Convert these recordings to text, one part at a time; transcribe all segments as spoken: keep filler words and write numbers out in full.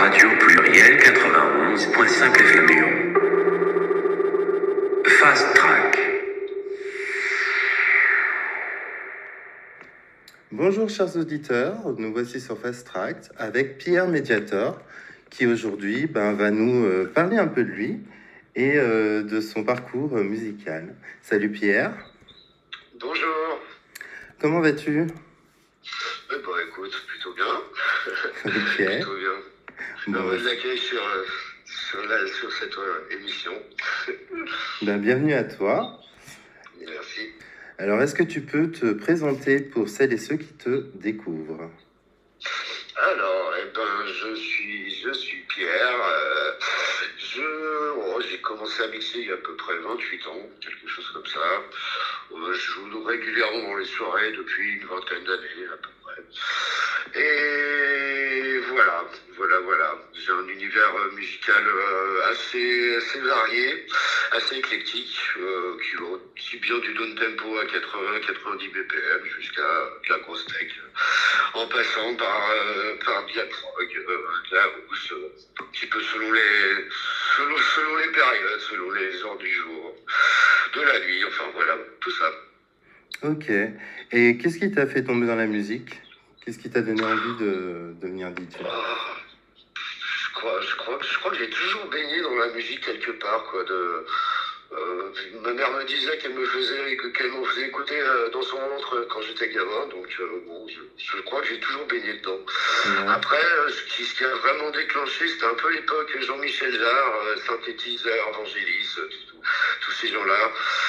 Radio Pluriel quatre-vingt-onze virgule cinq F M Lyon. Fast Track. Bonjour chers auditeurs, nous voici sur Fast Track avec Pierre Médiator qui aujourd'hui ben, va nous euh, parler un peu de lui et euh, de son parcours euh, musical. Salut Pierre. Bonjour. Comment vas-tu? Eh ben, écoute, plutôt bien. Ok. Plutôt bien. Bon, Heureux de bah, l'accueil sur, euh, sur, la, sur cette euh, émission. ben, bienvenue à toi. Merci. Alors, est-ce que tu peux te présenter pour celles et ceux qui te découvrent? Alors, eh ben, je suis, je suis Pierre. Euh, je, oh, j'ai commencé à mixer il y a à peu près vingt-huit ans, quelque chose comme ça. Euh, je joue régulièrement dans les soirées depuis une vingtaine d'années à peu près. Et voilà, voilà, voilà. J'ai un univers euh, musical euh, assez, assez varié, assez éclectique, euh, qui va aussi bien du down tempo à quatre-vingts à quatre-vingt-dix B P M jusqu'à de la grosse tech, en passant par, euh, par de la prog, euh, de la house, euh, un petit peu selon les, selon, selon les périodes, selon les heures du jour, de la nuit, enfin voilà, tout ça. Ok. Et qu'est-ce qui t'a fait tomber dans la musique? Qu'est-ce qui t'a donné envie de devenir D J? Ah, je crois, je crois, je crois que j'ai toujours baigné dans la musique quelque part, quoi. De, euh, ma mère me disait qu'elle me faisait, que- qu'elle me faisait écouter euh, dans son ventre quand j'étais gamin, donc euh, bon, je, je crois que j'ai toujours baigné dedans. Ouais. Après, euh, ce qui, ce qui a vraiment déclenché, c'était un peu l'époque Jean-Michel Jarre, euh, synthétiseur, Vangelis, euh, tout- tous ces gens-là,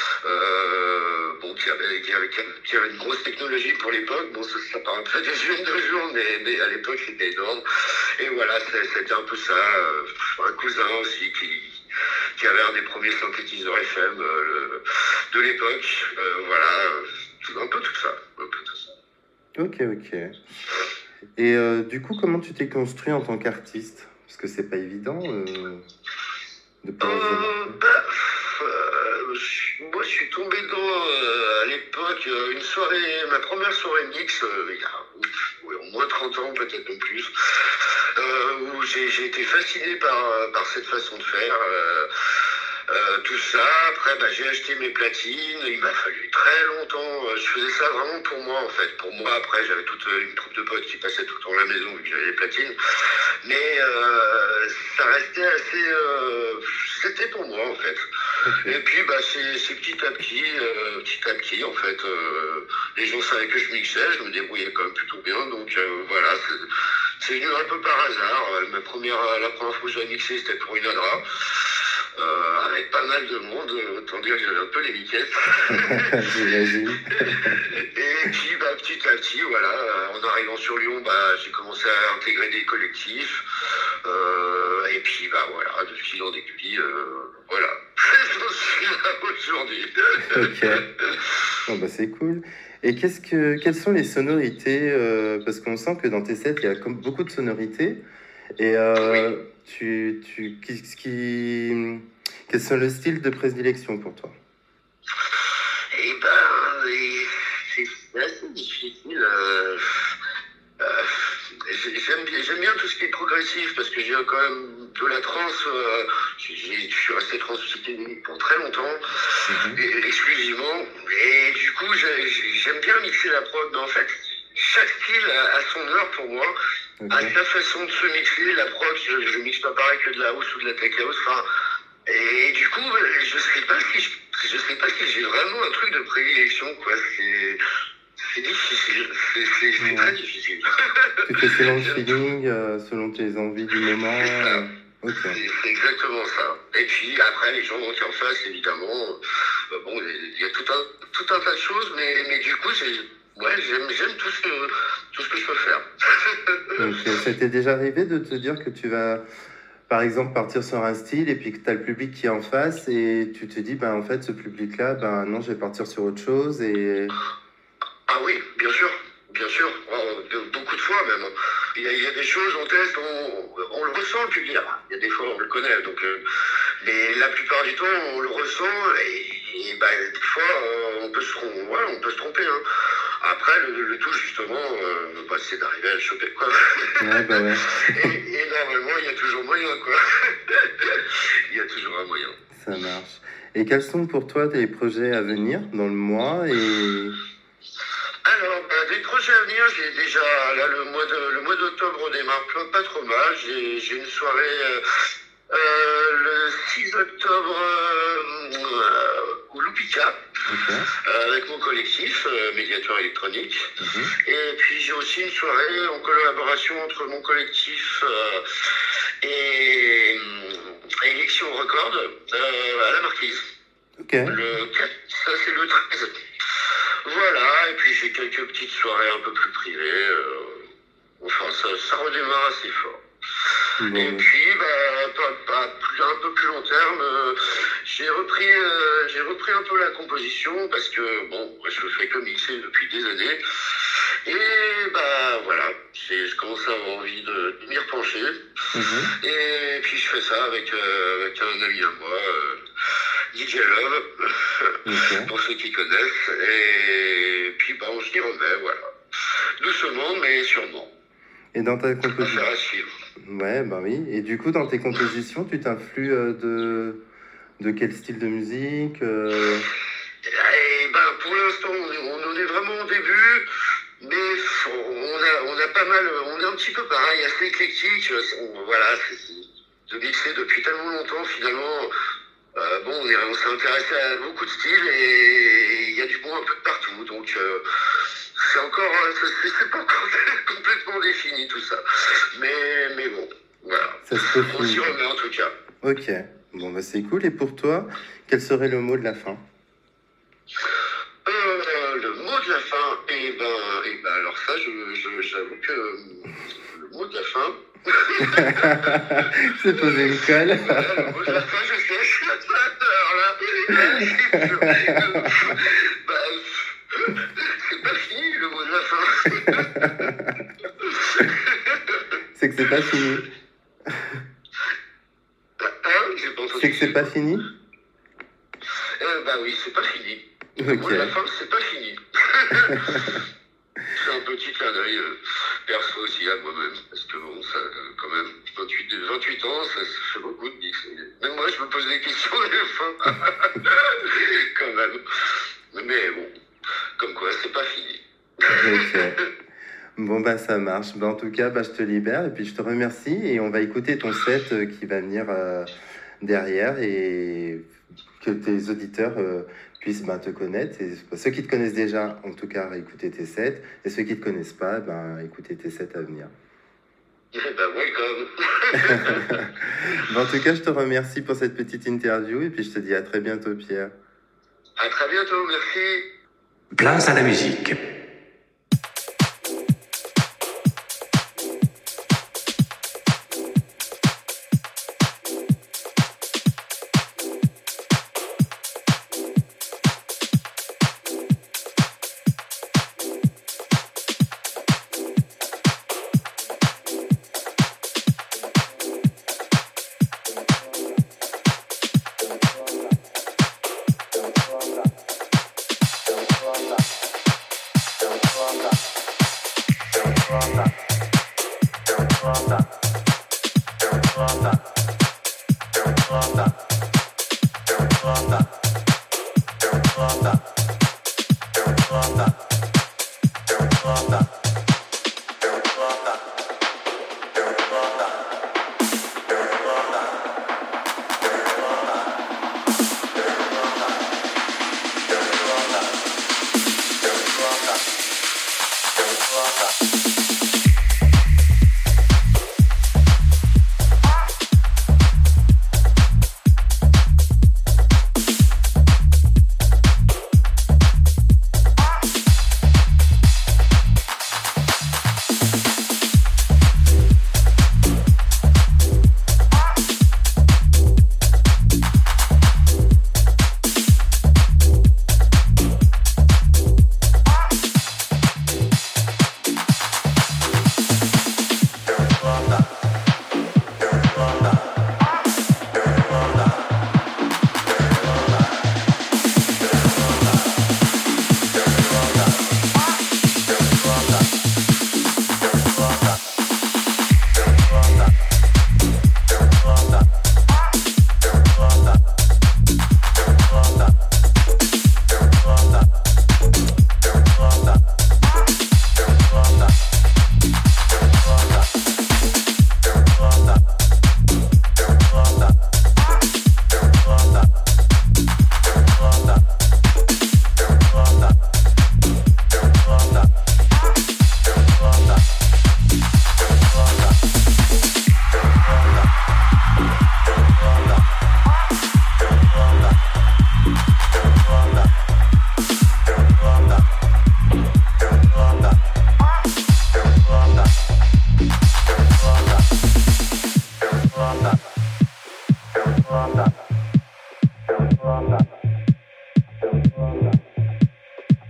euh, bon, qui avaient, qui, avaient, qui avaient une grosse technologie pour l'époque. Bon, ça, ça paraît peut-être des jeunes de jour, mais, mais à l'époque, c'était énorme. Et voilà, c'est- c'était un peu ça. Euh, un cousin aussi qui, qui avait un des premiers synthétiseurs F M euh, le- de l'époque. Euh, voilà, euh, un peu tout ça. Un peu tout ça. Ok, ok. Et euh, du coup, comment tu t'es construit en tant qu'artiste? Parce que c'est pas évident euh, de pouvoir se Euh, démarquer. bah, euh, je- moi, je suis tombé dedans euh, à l'époque, euh, une soirée, ma première soirée mix, euh, il y a ouf, ouais, au moins trente ans, peut-être même plus, euh, où j'ai j'ai été fasciné par, euh, par cette façon de faire. euh, euh, tout ça. Après, bah, j'ai acheté mes platines. Il m'a fallu très longtemps. euh, Je faisais ça vraiment pour moi, en fait. Pour moi, après, j'avais toute euh, une troupe de potes qui passaient tout le temps à la maison vu que j'avais les platines. Mais euh, ça restait assez... euh, C'était pour moi, en fait. Et Ok. puis, bah, c'est c'est petit à petit, euh, petit à petit, en fait, euh, les gens savaient que je mixais, je me débrouillais quand même plutôt bien. Donc, euh, voilà, c'est c'est venu un peu par hasard. Euh, Ma première, la première fois que j'ai mixé, c'était pour une ADRA. Euh, avec pas mal de monde, euh, autant dire que j'avais un peu les miquettes. J'imagine. Et puis bah, petit à petit, voilà, euh, en arrivant sur Lyon, bah, j'ai commencé à intégrer des collectifs. Euh, et puis bah voilà, de fil en aiguille, euh, voilà. J'en suis là aujourd'hui. Ok. Bon, bah, c'est cool. Et qu'est-ce que, quelles sont les sonorités euh, parce qu'on sent que dans tes sets, il y a comme beaucoup de sonorités. Et euh, tu, tu, qu'est-ce qui, quels sont le style de prédilection pour toi? Et ben, et c'est c'est assez difficile. euh, euh, j'ai- J'aime bien, j'aime bien tout ce qui est progressif parce que j'ai quand même de la trance. euh, j'ai- j'ai- je suis resté trans psychédélique pour très longtemps, Mhm. et- exclusivement. Et du coup, j'ai- j'ai- j'aime bien mixer la prod, mais en fait, chaque style a, a son heure pour moi, a Ok. sa façon de se mixer. La prod, je, je mixe pas pareil que de la house ou de la tech house. Enfin, et du coup, je sais pas si je, je sais pas si j'ai vraiment un truc de prédilection, quoi. C'est c'est difficile, c'est c'est- c'est Ouais. très difficile. Tu fais selon le feeling, euh, selon tes envies du moment. C'est ça. euh, Ok. C'est c'est exactement ça. Et puis après, les gens qui en face, évidemment, euh, bon, il y a tout un, tout un tas de choses, mais, mais du coup, c'est, ouais, j'aime, j'aime tout ce que, tout ce que je peux faire. Ok. Ça t'est déjà arrivé de te dire que tu vas, par exemple, partir sur un style et puis que tu as le public qui est en face et tu te dis, ben en fait, ce public-là, ben non, je vais partir sur autre chose et... Ah oui, bien sûr, bien sûr, Oh, de- beaucoup de fois même. Il y a, il y a des choses, on teste, on, on le ressent le public. Ah, il y a des fois, on le connaît, donc, euh, mais la plupart du temps, on le ressent et, et bah, des fois, euh, on peut se, trom- ouais, on peut se tromper. Hein. Après, le, le tout, justement, euh, bah, c'est d'arriver à le choper, quoi. Ouais, bah ouais. et, et normalement, il y a toujours moyen, quoi. Il y a toujours un moyen. Ça marche. Et quels sont pour toi tes projets à venir dans le mois et... Alors, bah, des projets à venir, j'ai déjà, là, le mois de, le mois d'octobre démarre pas, pas trop mal. J'ai, j'ai une soirée, euh, euh, le six octobre, euh, euh, au Loupika, Okay. euh, avec mon collectif, euh, Médiateur électronique. Mhm. Et puis, j'ai aussi une soirée en collaboration entre mon collectif, euh, et, et Election Record, euh, à la Marquise. Ok. Le quatre, ça, c'est le treize. Voilà, et puis j'ai quelques petites soirées un peu plus privées. Euh, enfin, ça, ça redémarre assez fort. Bon, Et bah, puis, bah, pas, pas plus, un peu plus long terme, euh, j'ai repris, euh, j'ai repris un peu la composition parce que bon, je fais que mixer depuis des années. Et bah voilà, j'ai, je commence à avoir envie de, de m'y repencher. mhm. Et puis je fais ça avec, euh, avec un ami à moi. Euh, D J Love, Ok. pour ceux qui connaissent, et puis bah, on s'y remet, voilà. Doucement, mais sûrement. Et dans ta Affaire composition... à suivre. Ouais, bah oui. Et du coup, dans tes compositions, tu t'influes euh, de... de quel style de musique euh... Et ben, pour l'instant, on, est, on en est vraiment au début, mais on a, on a pas mal, on est un petit peu pareil, assez éclectique. On, voilà, c'est, c'est de mixer depuis tellement longtemps, finalement. Euh, bon, on, est, on s'est intéressé à beaucoup de styles et il y a du bon un peu de partout, donc euh, c'est encore, c'est, c'est pas encore complètement défini tout ça, mais, mais bon, voilà, Ça se on s'y peaufine. remet en tout cas. Ok. Bon, bah c'est cool. Et pour toi, quel serait le mot de la fin? Euh, le mot de la fin, et ben, et ben alors ça, je, je, j'avoue que euh, le mot de la fin, C'est posé une colle. voilà, le mot de la fin, je sais, alors là, euh, bah, c'est pas fini le mot de la fin. C'est que c'est pas fini. Hein, j'ai pas entendu. C'est que c'est pas fini? Euh, bah oui, c'est pas fini. Le mot de la Ok. fin, c'est pas fini. C'est un petit clin d'œil euh, perso aussi à moi-même, parce que bon, ça, euh, quand même, vingt-huit, vingt-huit ans, ça, ça fait beaucoup de mix. Même moi, je me pose des questions des fois. Quand même. Mais bon, comme quoi, c'est pas fini. Ok. Bon, bah ça marche. Bah, en tout cas, bah, je te libère et puis je te remercie. Et on va écouter ton set euh, qui va venir euh, derrière et que tes auditeurs euh, puissent bah, te connaître. Et bah, ceux qui te connaissent déjà, en tout cas, écouter tes sets. Et ceux qui ne te connaissent pas, bah, écouter tes sets à venir. Eh ben, welcome. Bah, en tout cas, je te remercie pour cette petite interview et puis je te dis à très bientôt, Pierre. À très bientôt, merci. Place à la musique.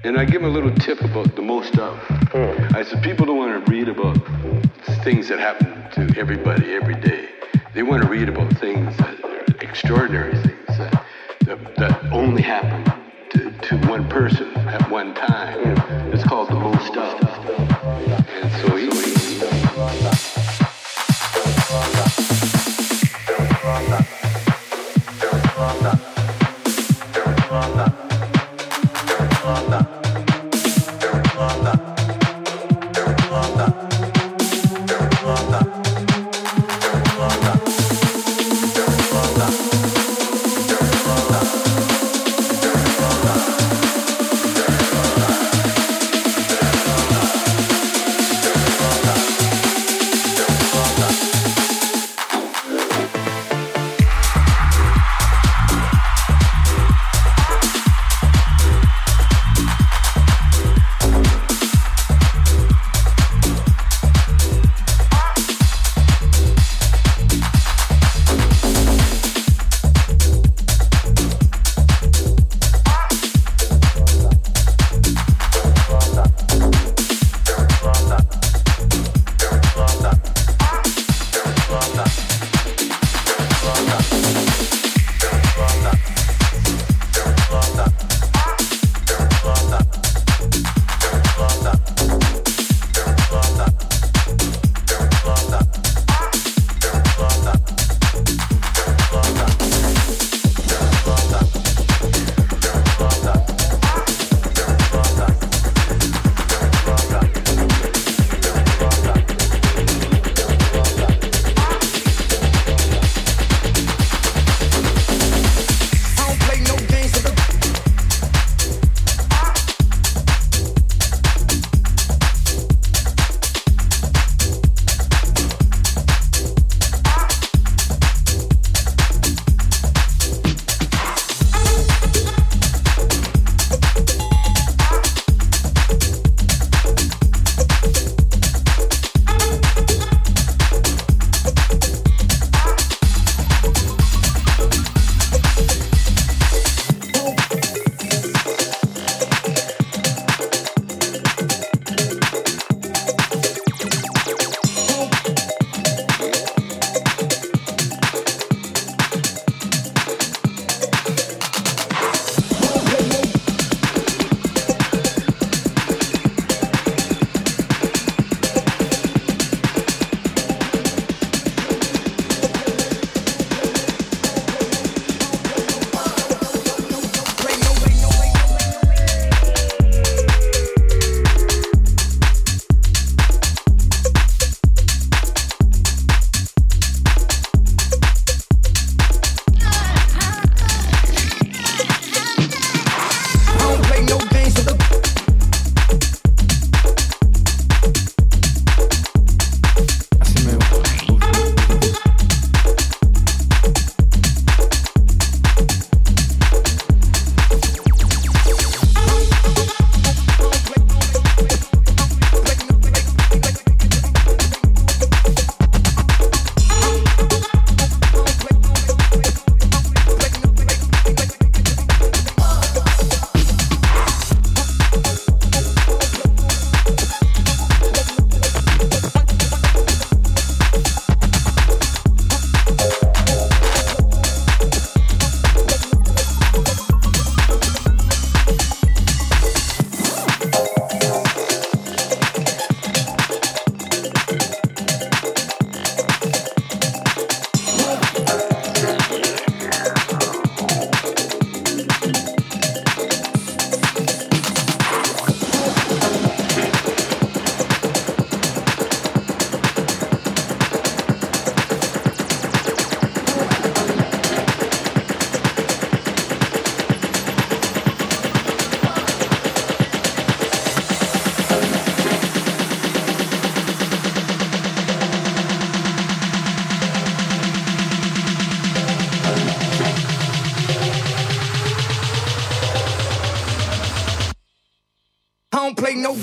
And I give them a little tip about the most of. I said, people don't want to read about things that happen to everybody every day. They want to read about things that are extraordinary things that, that, that only happen to, to one person at one time. It's called the most of. And so he... don't play no.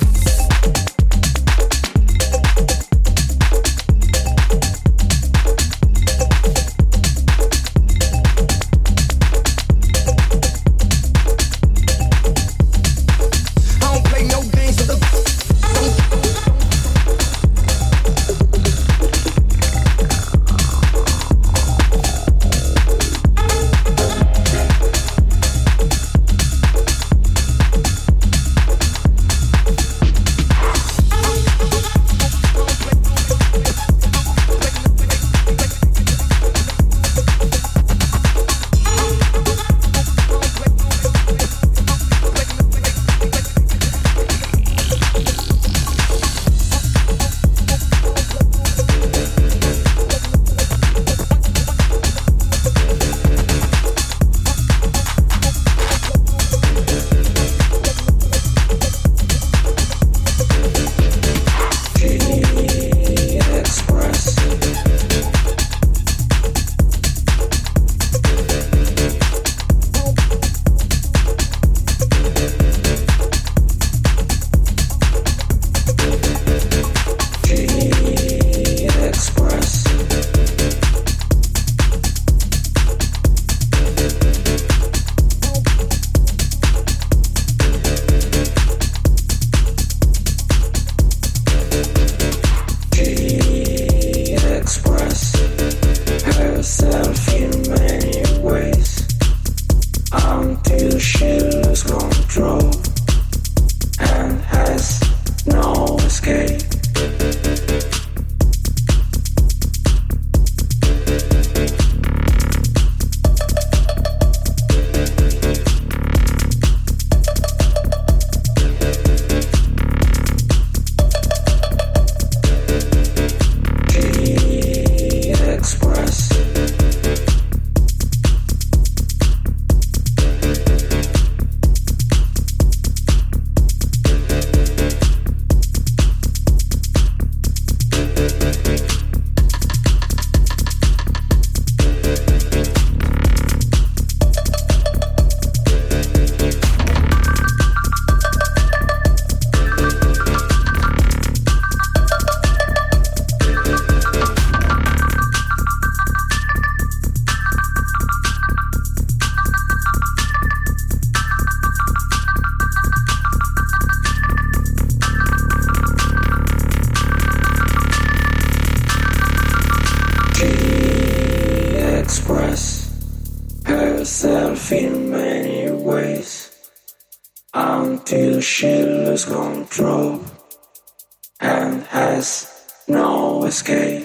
herself in many ways until she loses control and has no escape.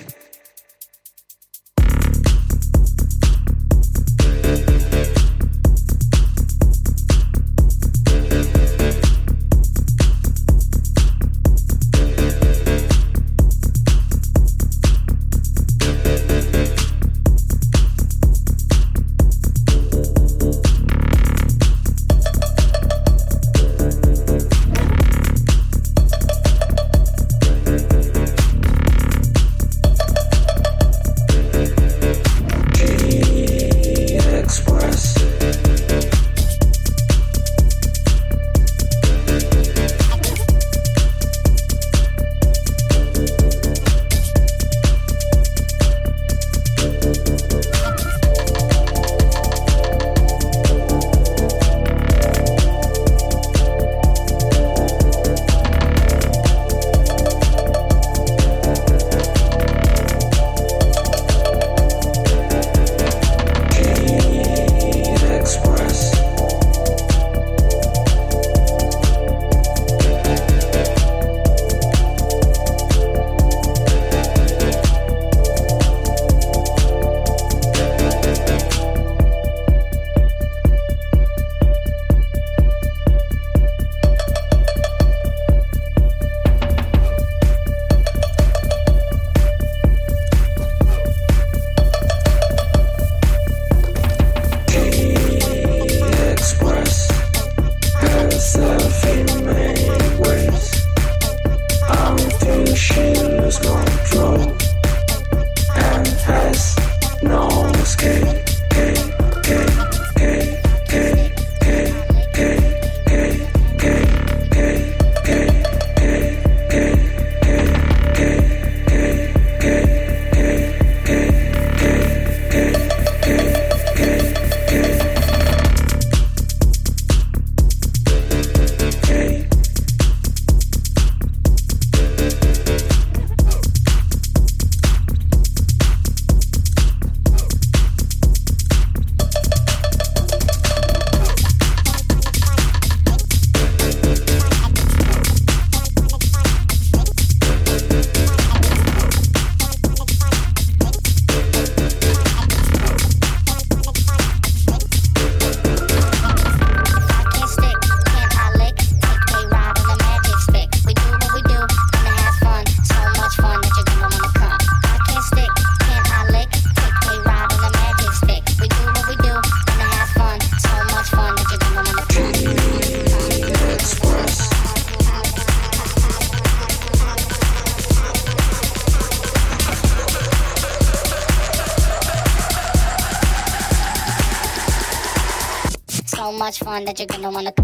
Much fun that you're gonna wanna.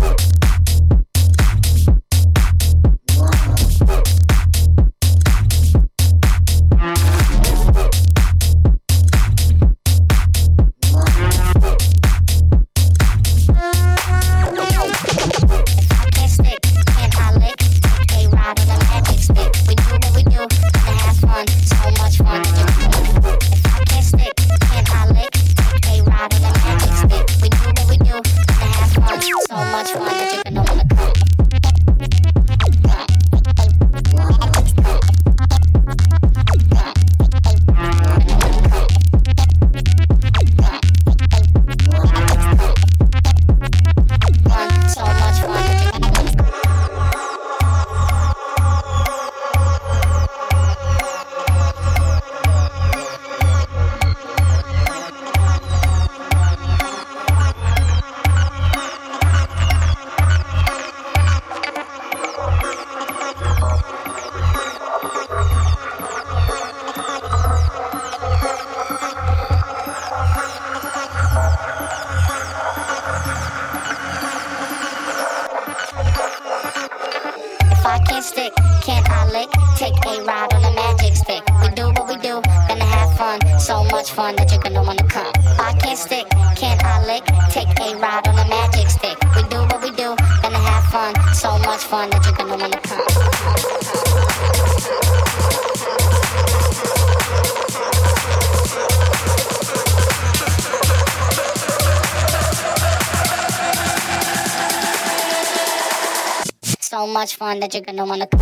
much fun that you're gonna wanna.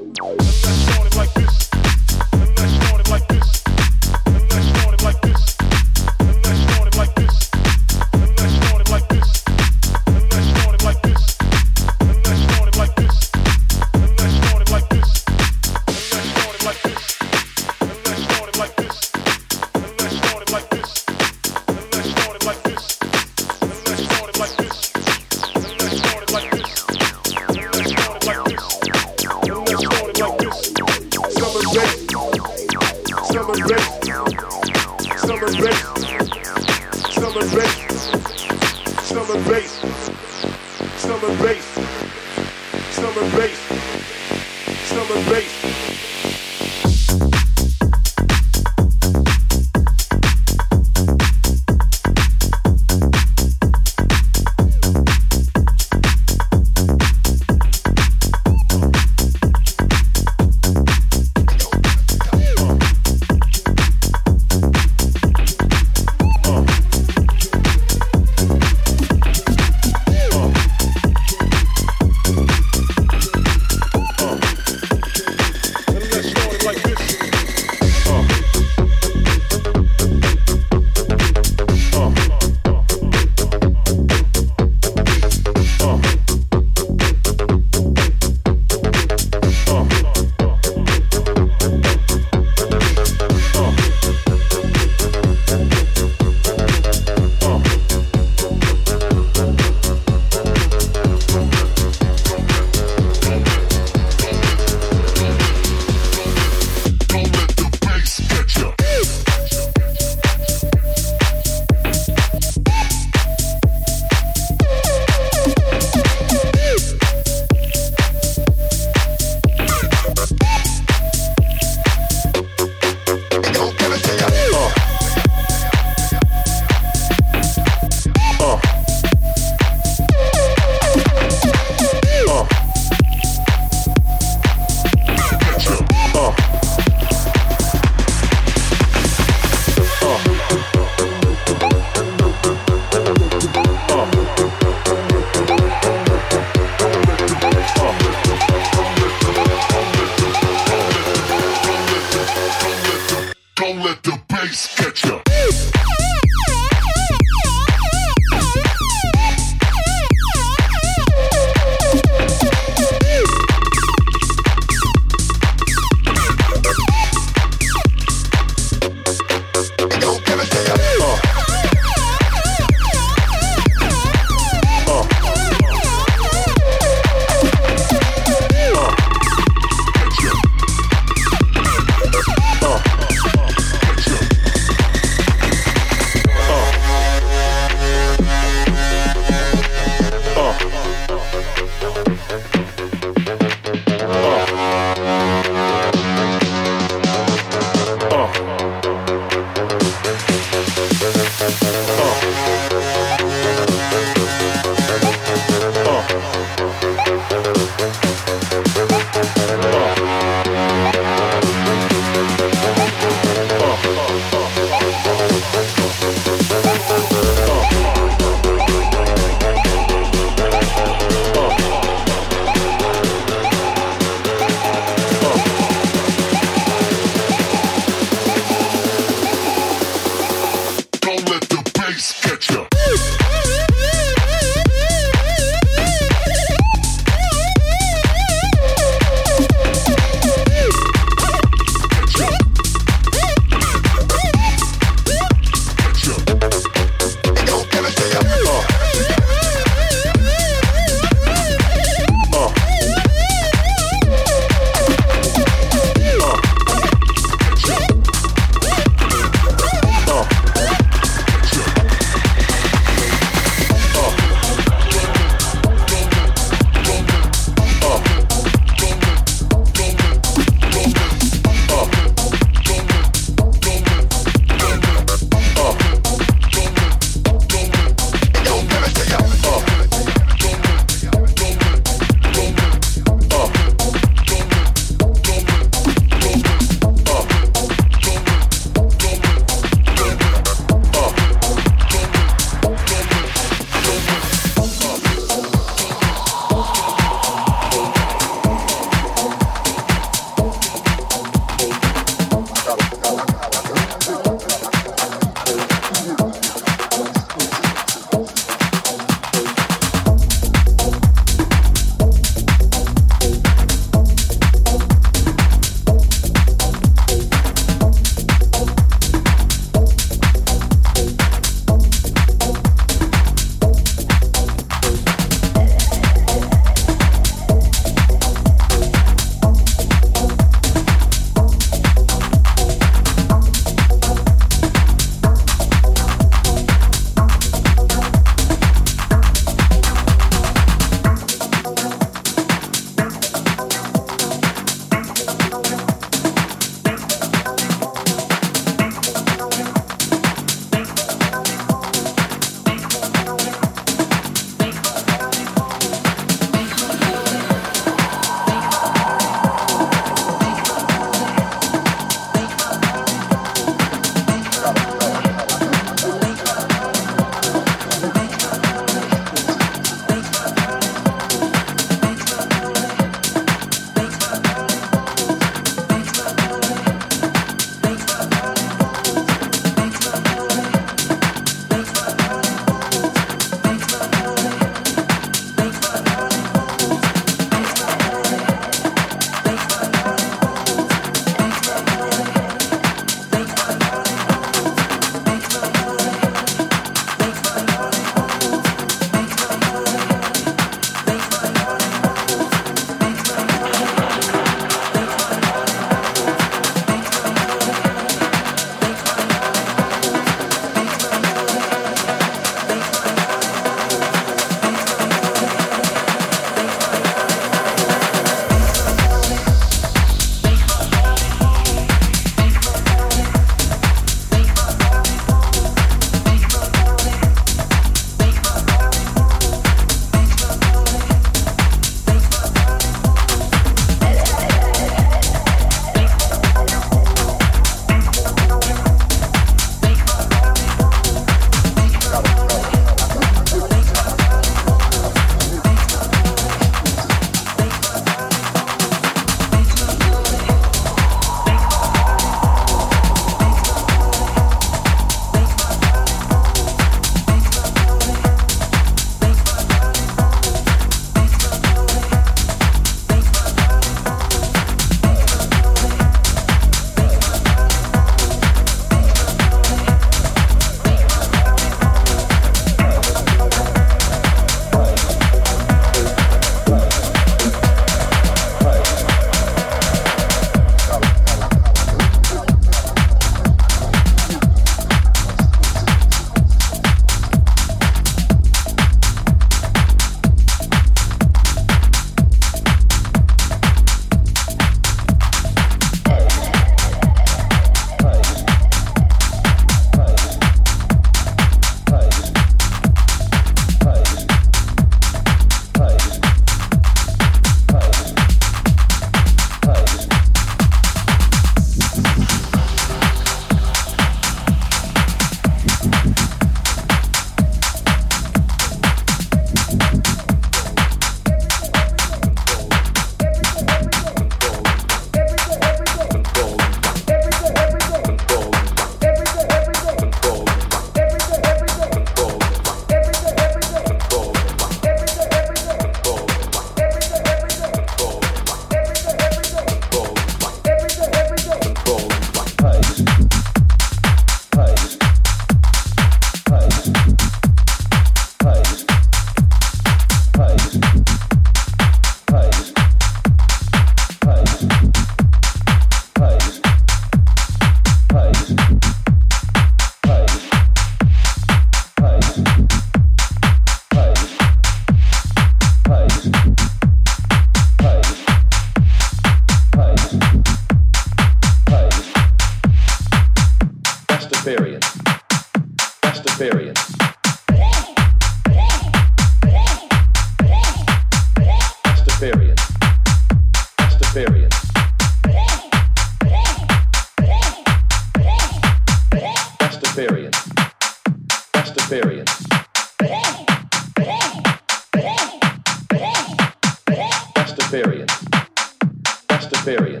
experience.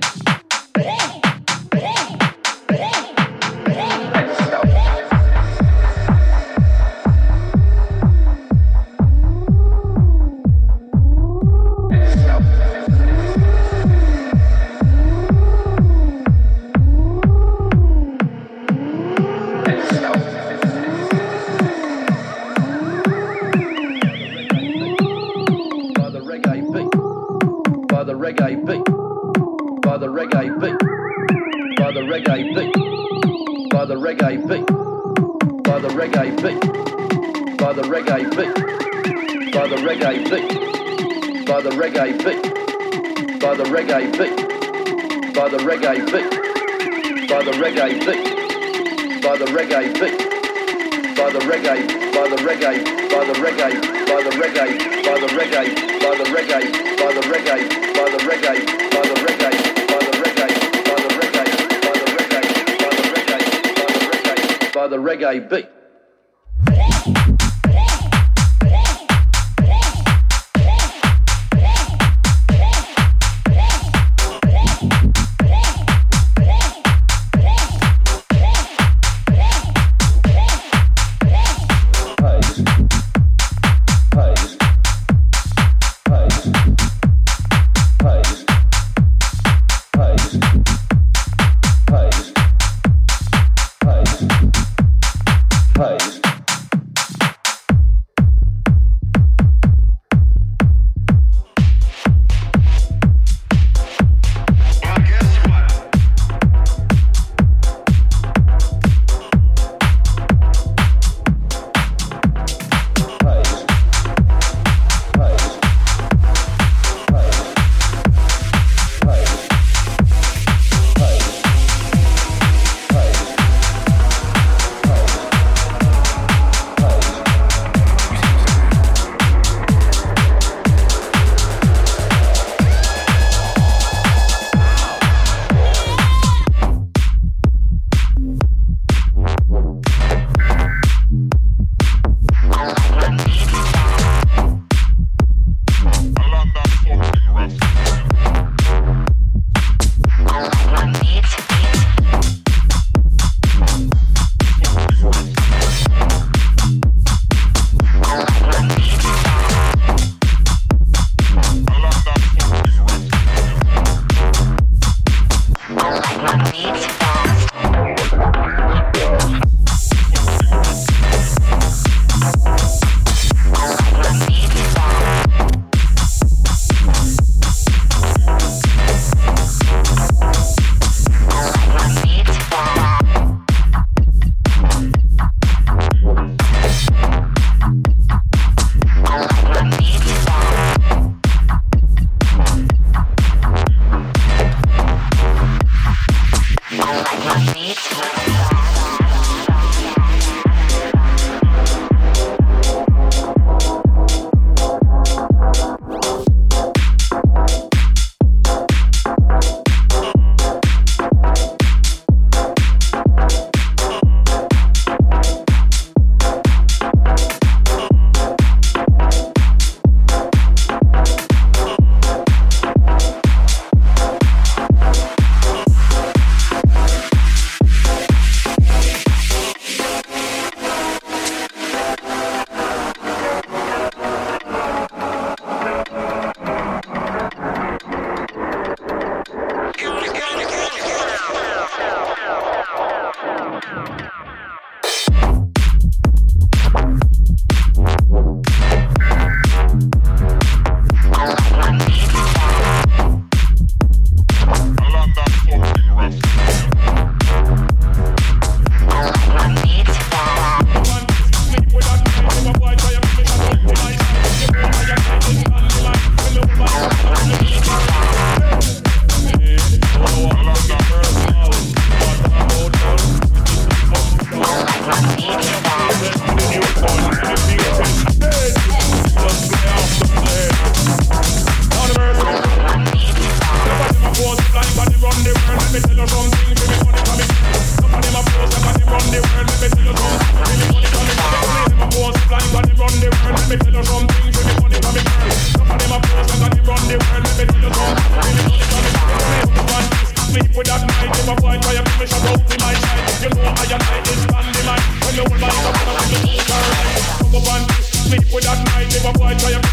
By the reggae beat, by the reggae beat, by the reggae beat, by the reggae beat, by the reggae beat, by the reggae, by the reggae, by the reggae, by the reggae, by the reggae, by the reggae, by the reggae, by the reggae, by the reggae, by the reggae, by the reggae, by the reggae, by the reggae, by the reggae, by the reggae beat.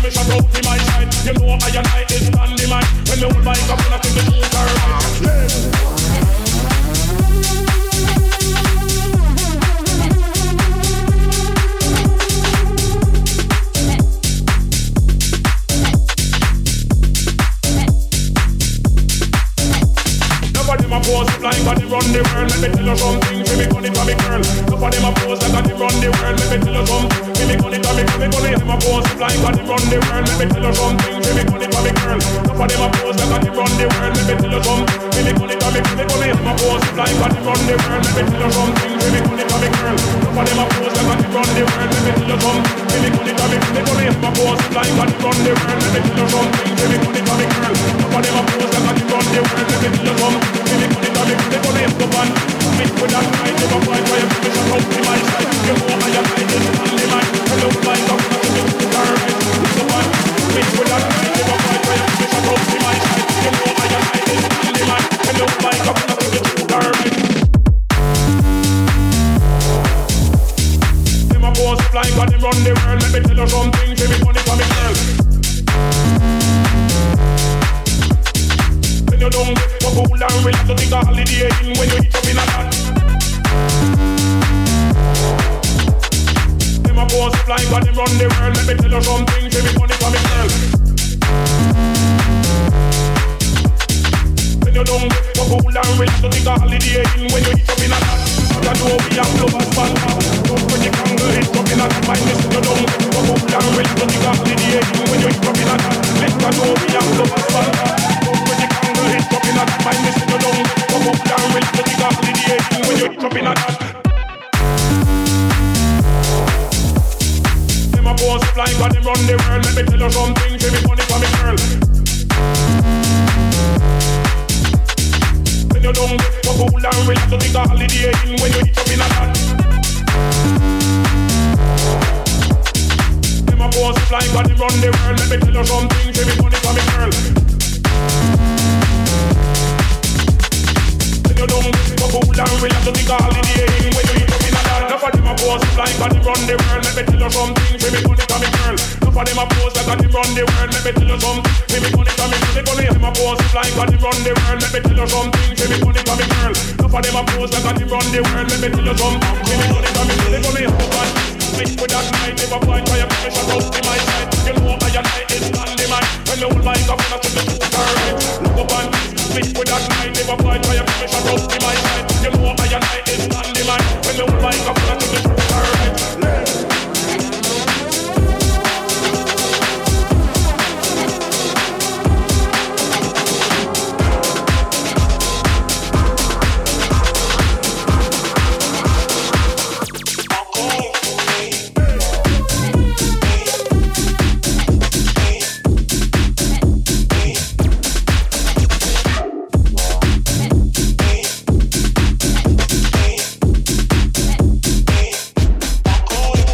me shut out to my side. You know I and I is on the mic. When the old mic up, I think the truth are right. Nobody ma pose like I run the world. Let me tell you something. Give me money for me girl. Nobody ma pose like I run the world. Let me tell you something. Give me money for me girl. Nobody ma pose like I run the world. Let me tell you something. Give me money for me girl. Nobody ma pose like I run the world. Let me tell you something. Give me money for me girl. Nobody ma pose like I run the world. Let me tell you something. Give me money for me girl. Nobody ma pose like I run the world. Let me tell you something. Give me money for me girl. Nobody ma pose like I run the world. Let me tell you something. Give me money for me girl. Nobody ma pose like I run the world. Let me tell you something. Give me money for me girl. Nobody ma pose like Meet with that night, never fight for your permission out to my side. You know I am like this on the mic. Hello, my God, I'm going to the right. So on, meet with that night, never fight for your permission out to my side. You know I am like this on the mic. Hello, my God, I'm going to the right. Them a pose like God, they run the world. Let me tell you something, give me money for me girl. When you don't get for cool and relax, you take a holiday in when you eat up in a lot. Them a pose like God, they run the world. Let me tell you something, give me money for me girl. When you don't get for cool and relax, you take a holiday in when you eat up in a lot. But I know we have lovers banter. Don't when you can go eat up in a lot. My miss, you don't get for cool and relax, you take a holiday in when you eat up in a lot. Let I know we have lovers banter. Don't when you can go eat up in a lot. My miss, you don't get for cool and relax, you take a holiday in when you eat up in a lot. Them a pose like God, they run the world. Let me tell you something, give me money for me girl. When you don't get for cool and relax, you take a holiday in when you eat up in a lot. Them a pose like God, they run the world. Let me tell you something, give me money for me girl. When you don't get for cool and relax, you take a holiday in when you eat up in a lot. Enough of them a pose like God, they run the world. Let me tell you something, give me money for me girl. Enough of them a pose like God, they run the world. Let me tell you something, give me money for me girl. Them a pose like God, they run the world. Let me tell you something, give me money for me girl. Enough of them a pose like God, they run the world. Let me tell you something, give me money for me girl. They gonna have to fight. Meet with that night, never fight for your permission out to my side. You know I and I is on the mic. When the whole mic up and I took the two turret. Look up and meet with that night, never fight for your permission out to my side. You know I and I is on the mic. When the whole mic up and I took the two turret. Cool.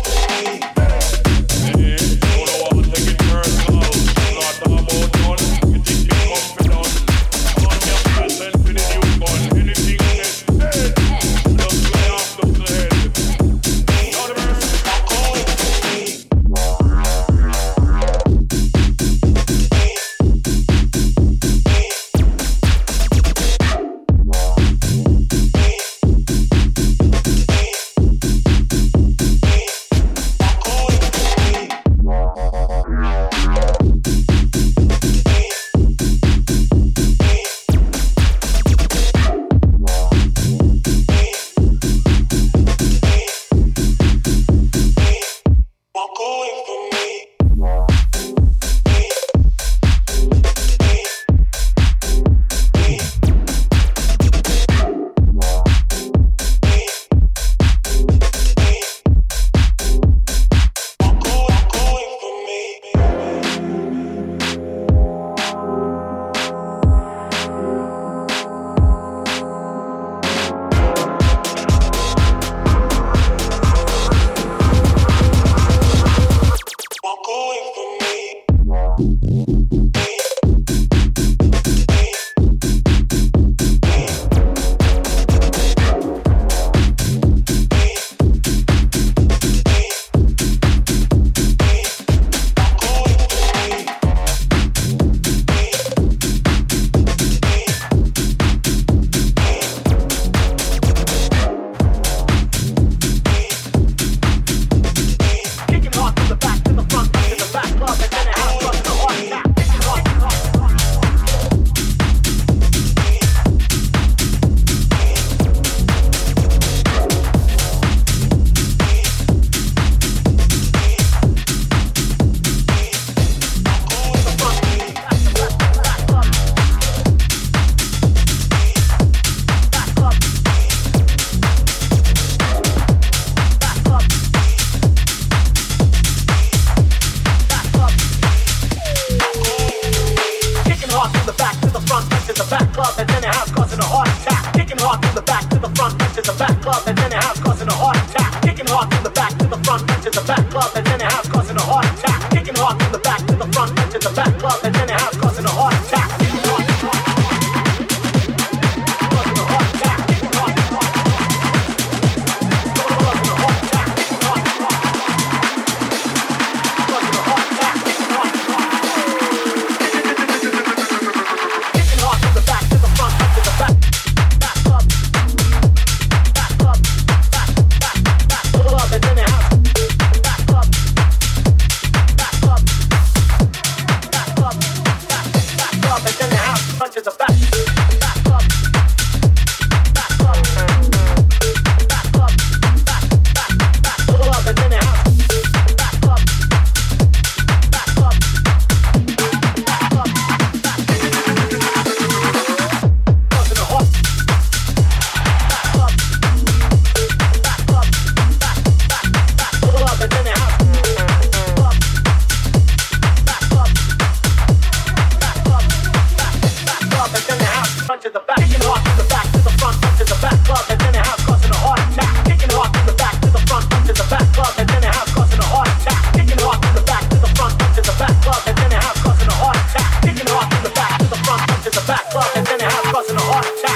front to the back, kicking hard to the back, to the front, front to the back, club has been a house causing a heart attack. Kicking hard to the back, to the front, front to the back, club has been a house causing a heart attack. Kicking hard to the back, to the front, front to the back, club has been a house causing a heart attack. Kicking hard to the back, to the front, front to the back, club has been a house causing a heart attack.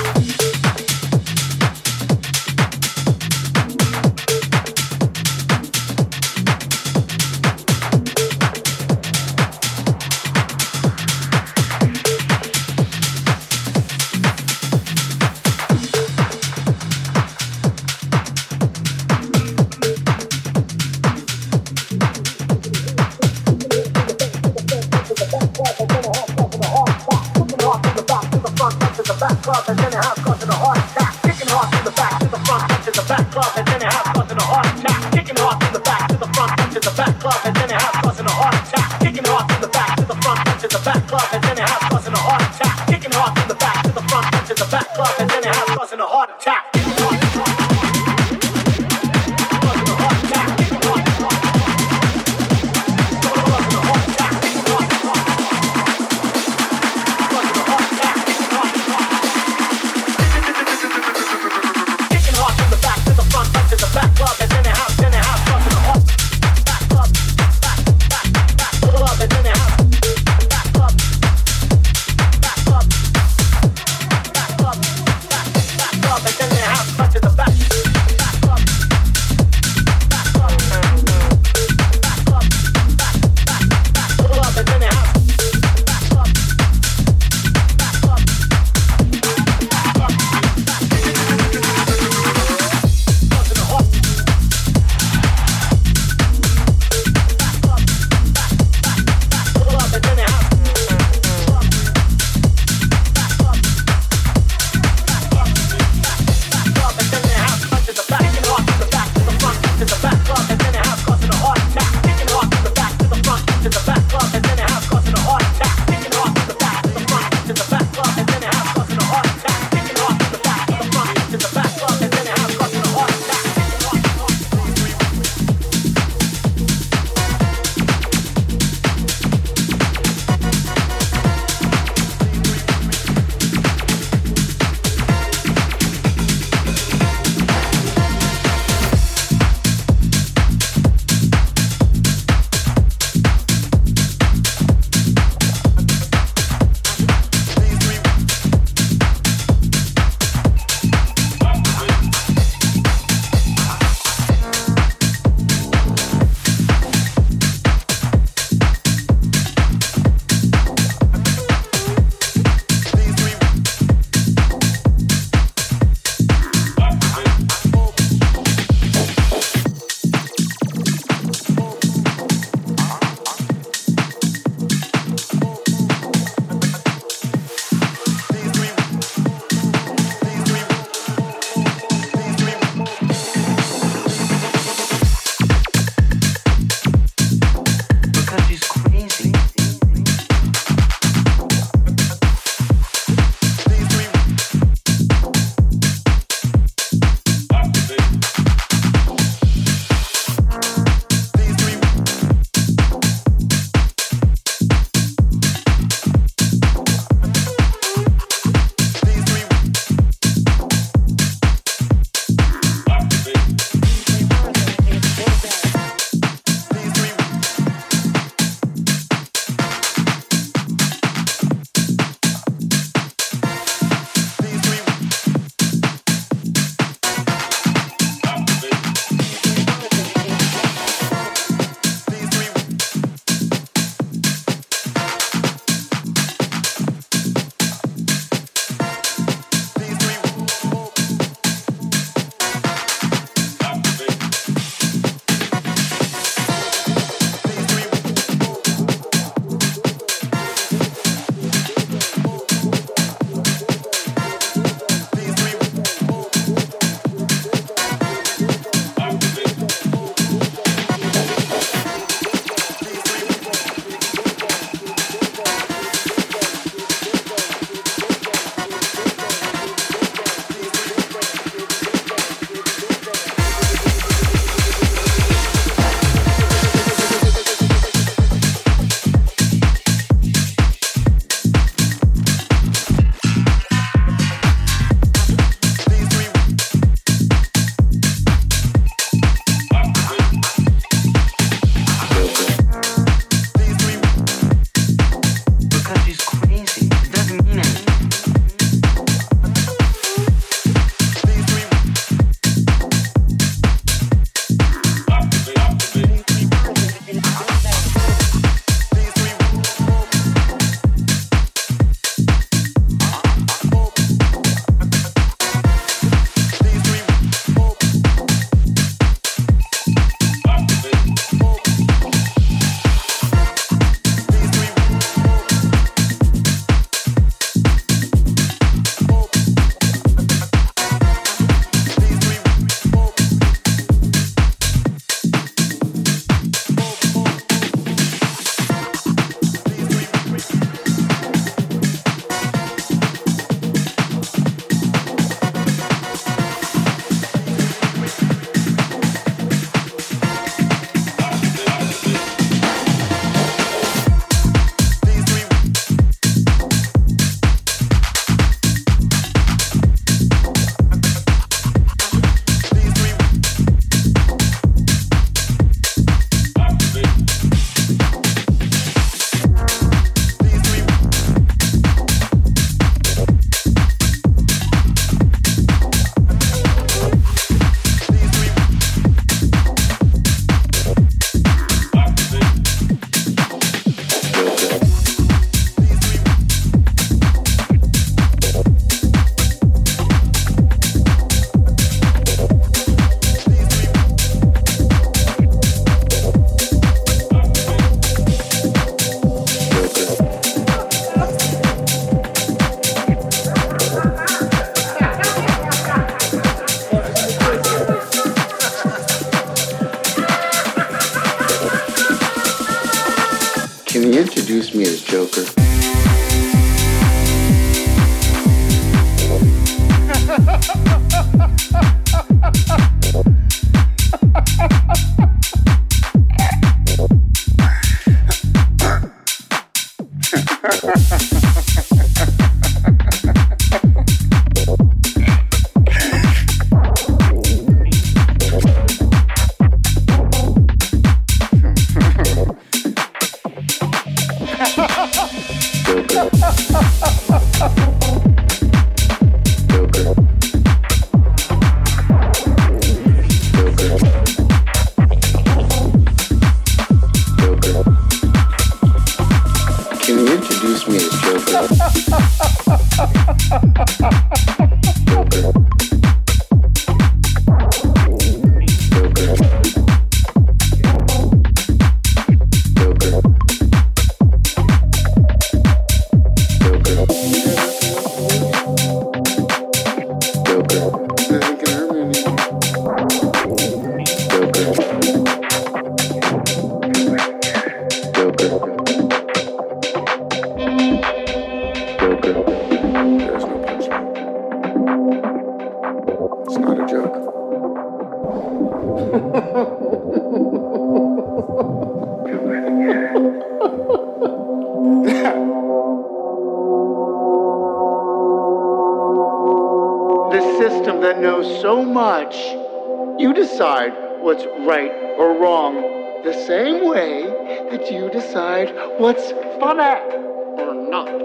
What's right or wrong, the same way that you decide what's funny or not.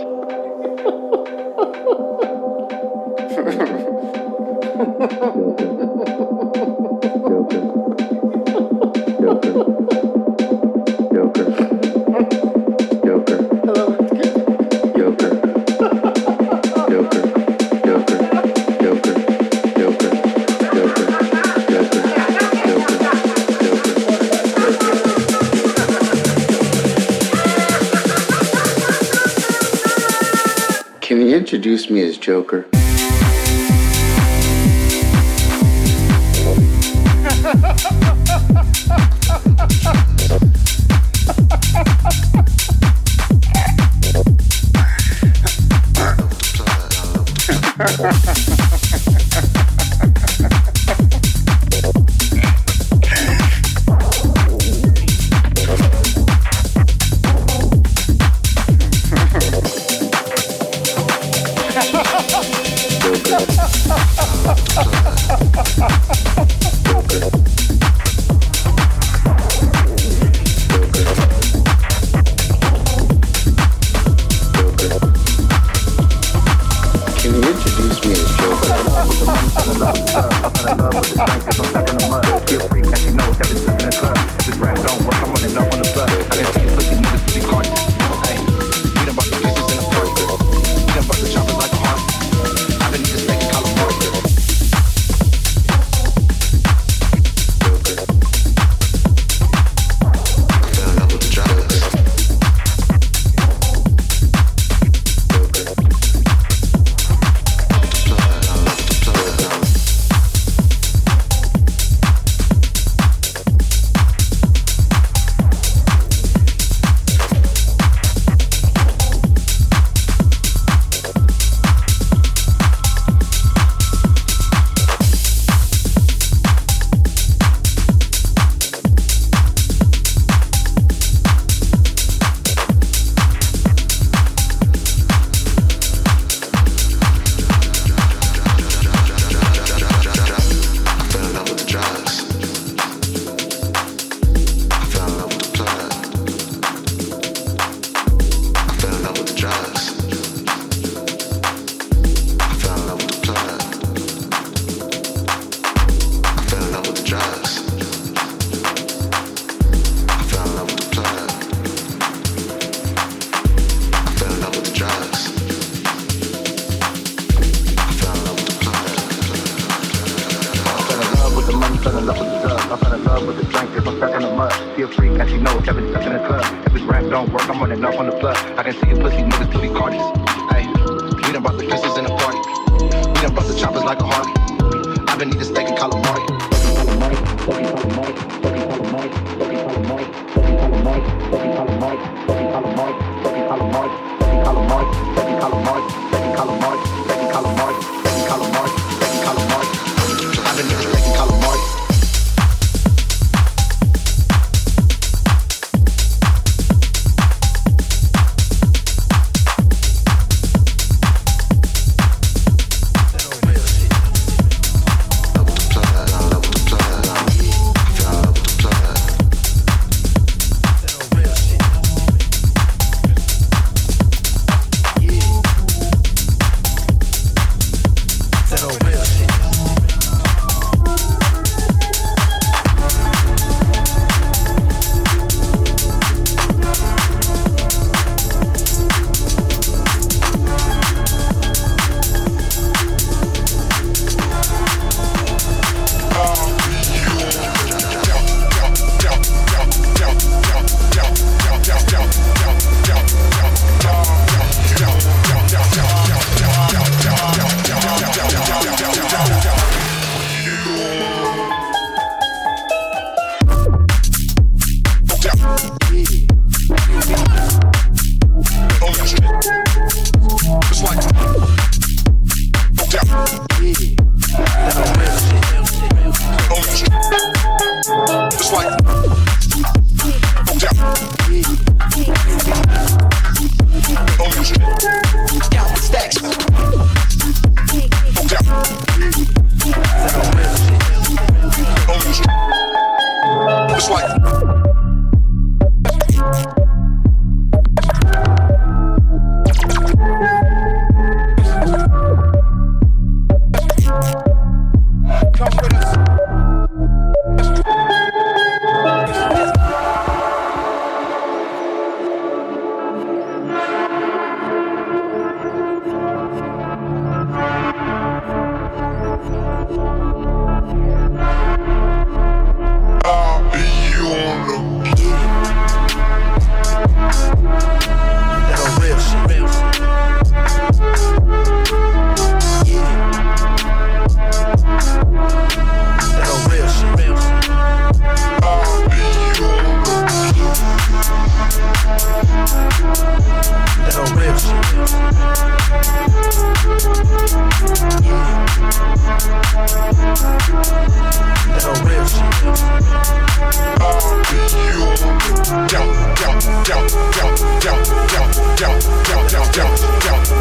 Introduce me as Joker.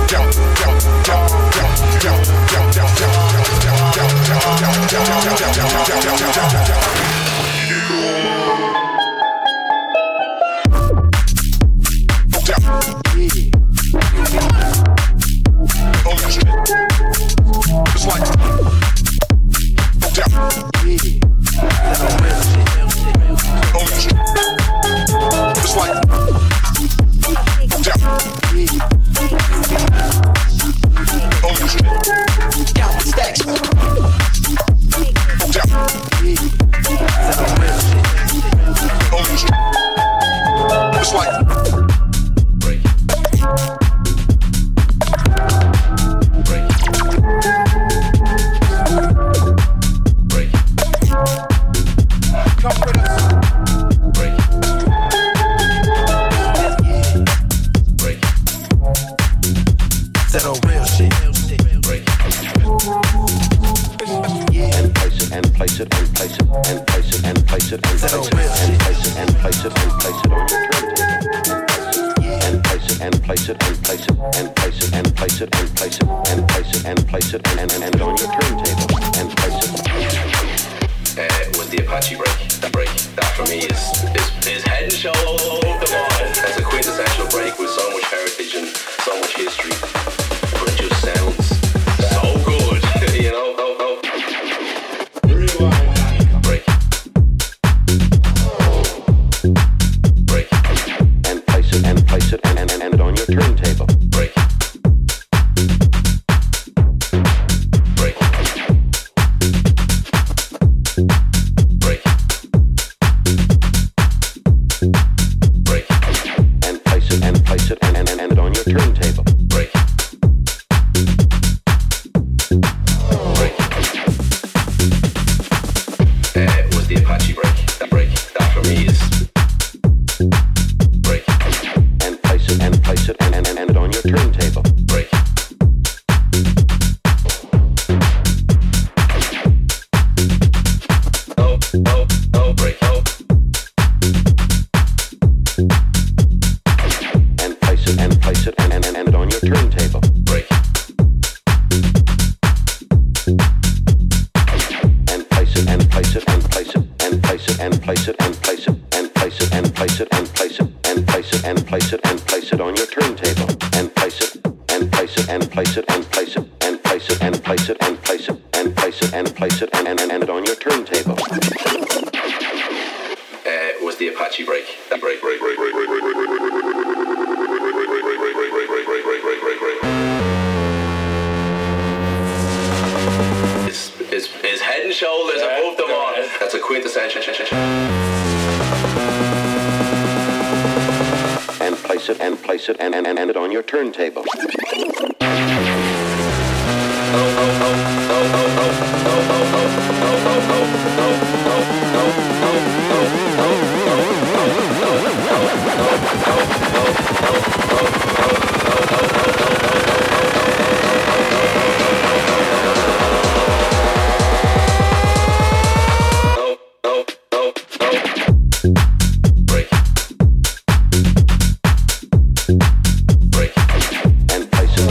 Break. And place it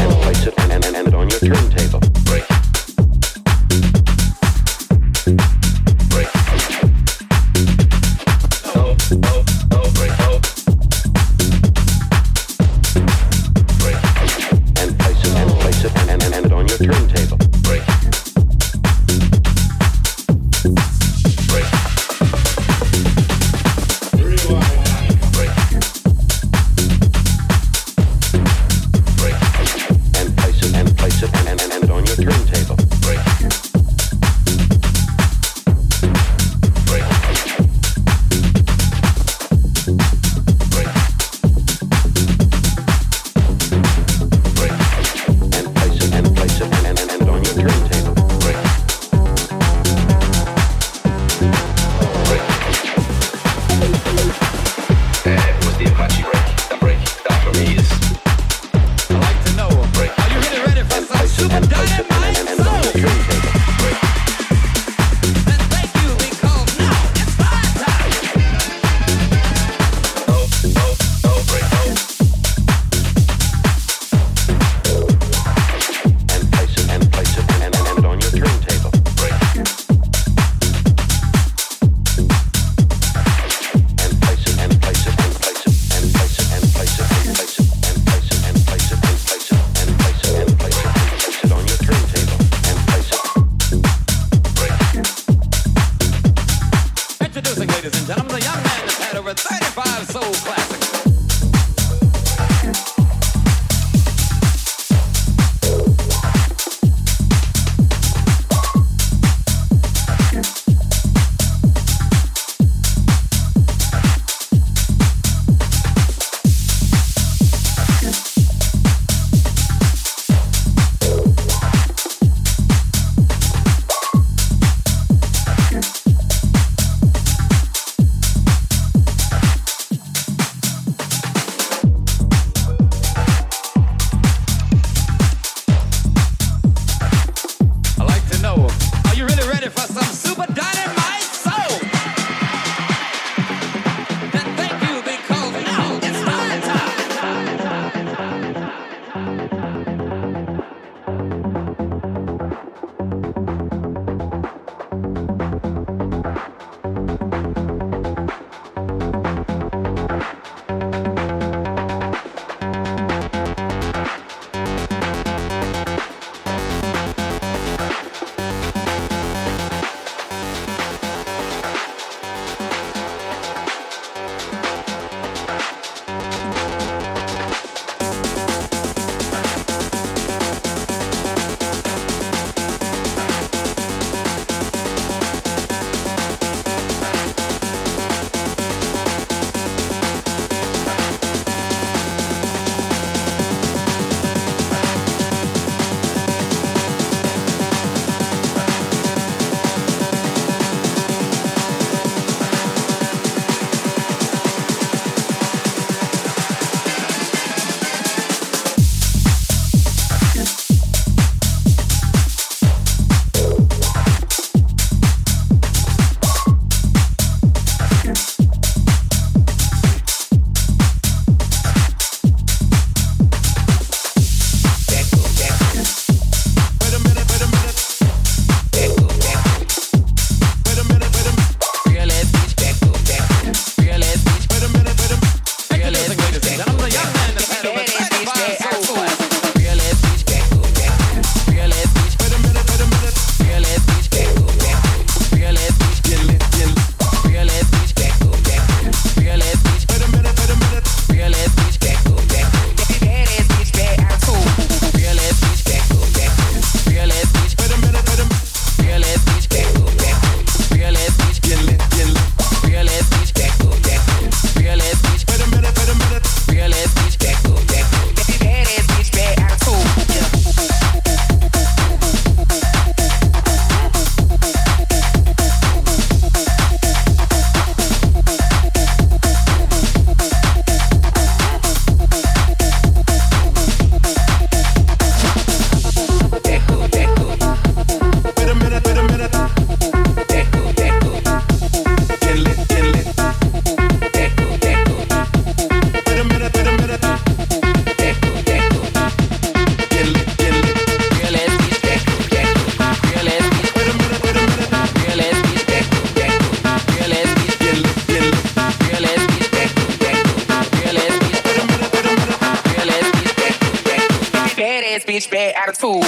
bitch, bad attitude.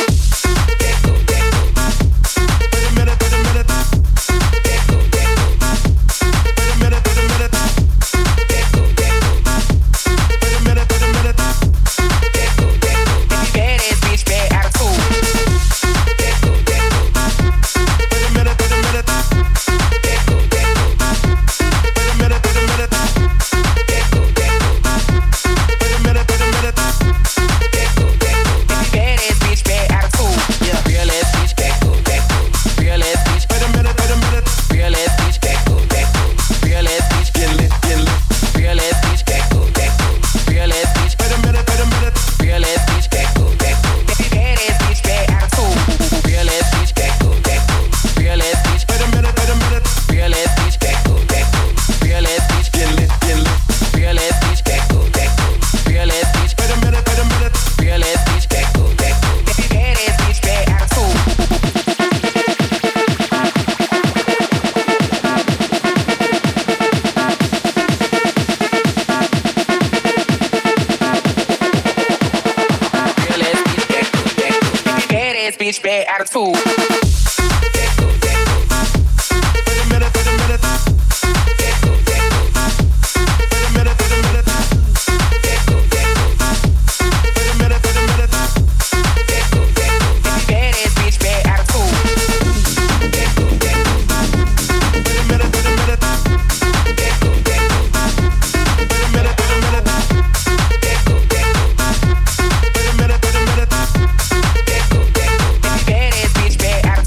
Bitch, bad attitude. Badass bitch, bad attitude.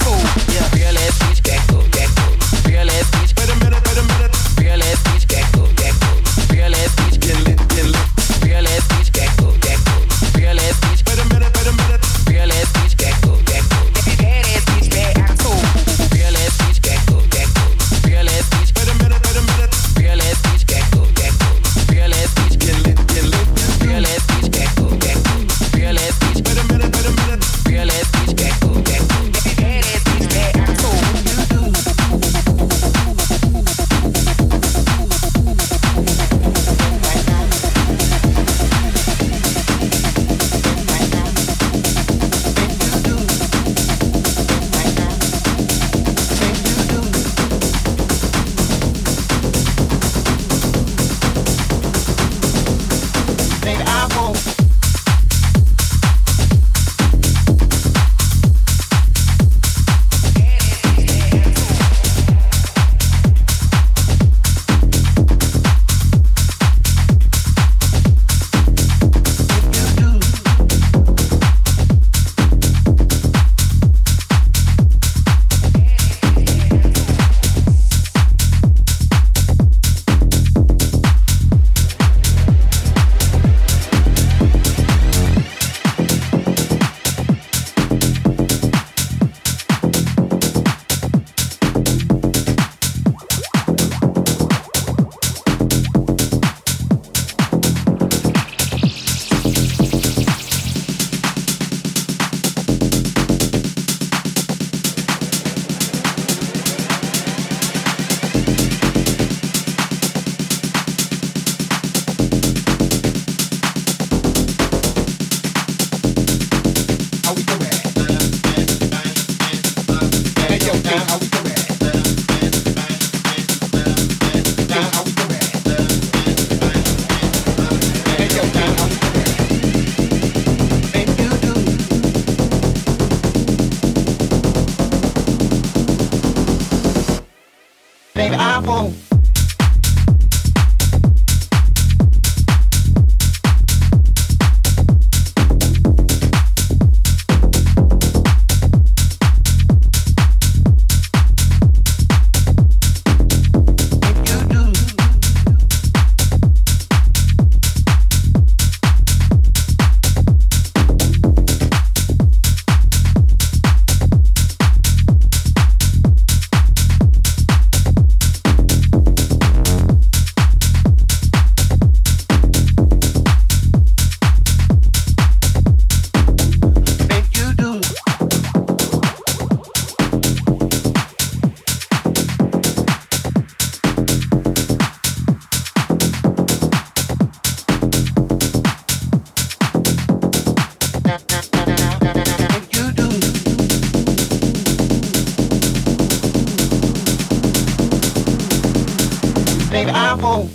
nigga iPhone.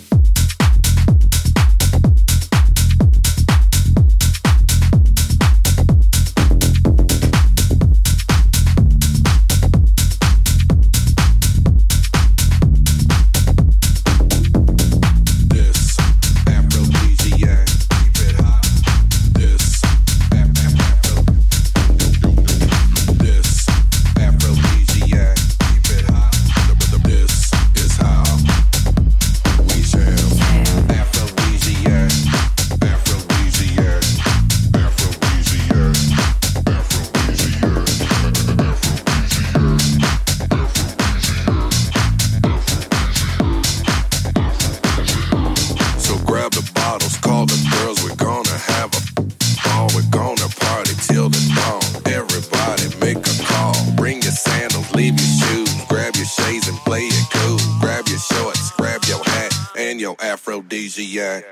Aphrodisiac.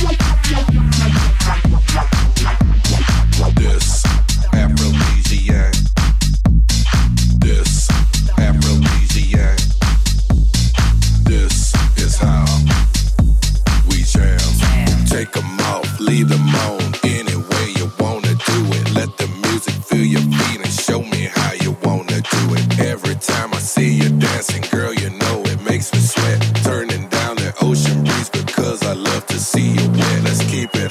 This aphrodisiac. This aphrodisiac. This is how we jam. Take them off, leave them on. Any way you wanna do it. Let the music fill your feet and show me how you wanna do it. Every time I see you dancing, girl, you know it makes me sweat. Turning down the ocean breeze because I love to see you wet. Let's keep it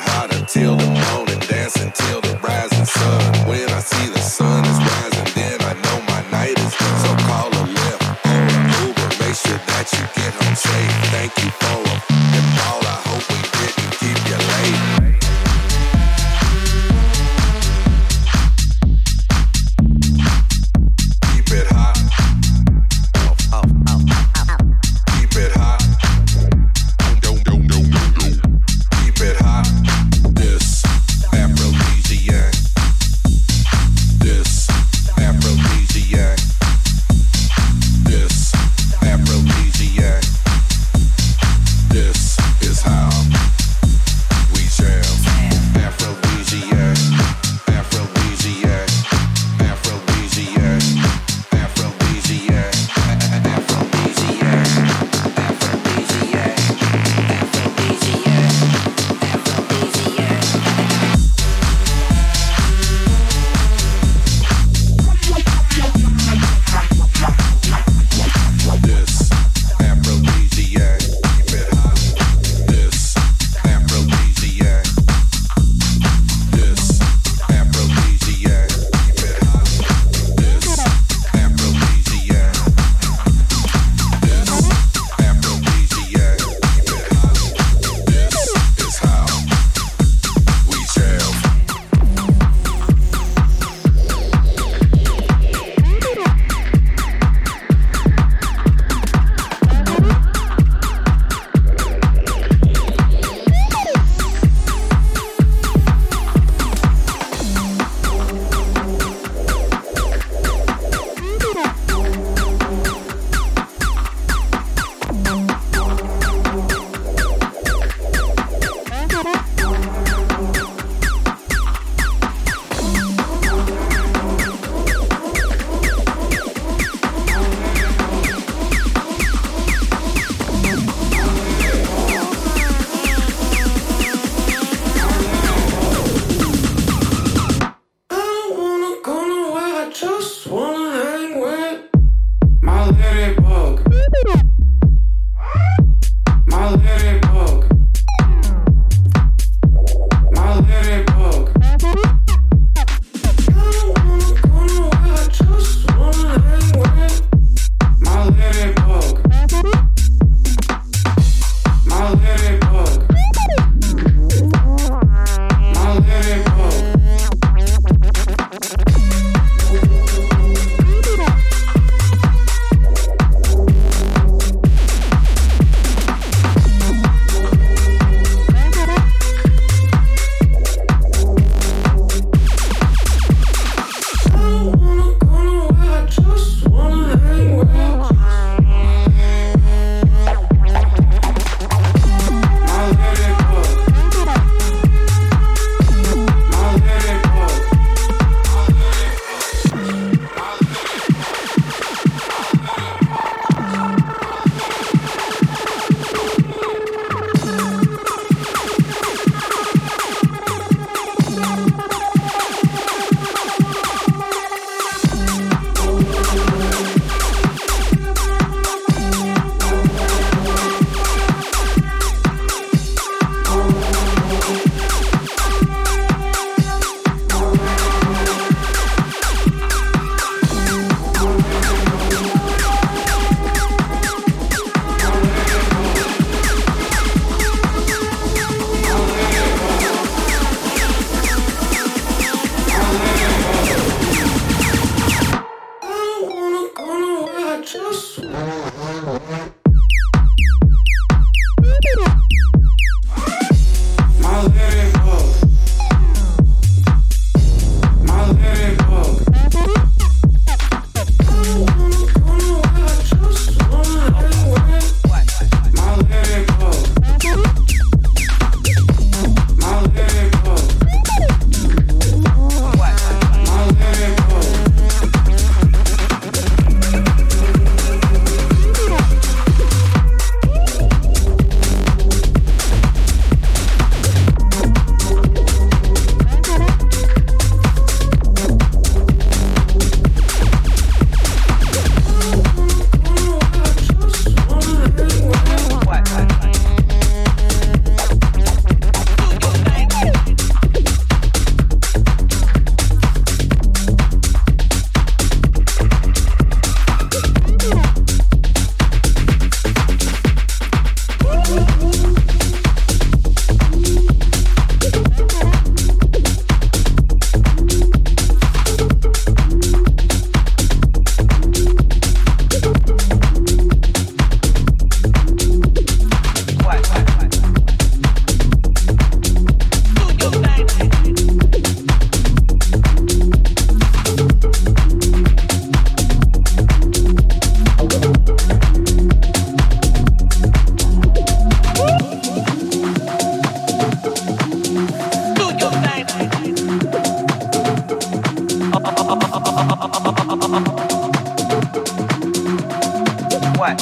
What?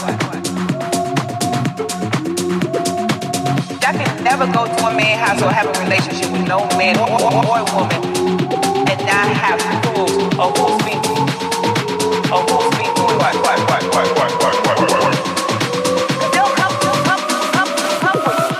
Y'all can never go to a man's house or have a relationship with no man or, or, or woman and not have rules of who's been of who's been doing what, what, what, what, what, what, what, what, what. They'll come, they'll come, they'll come, they'll come for you.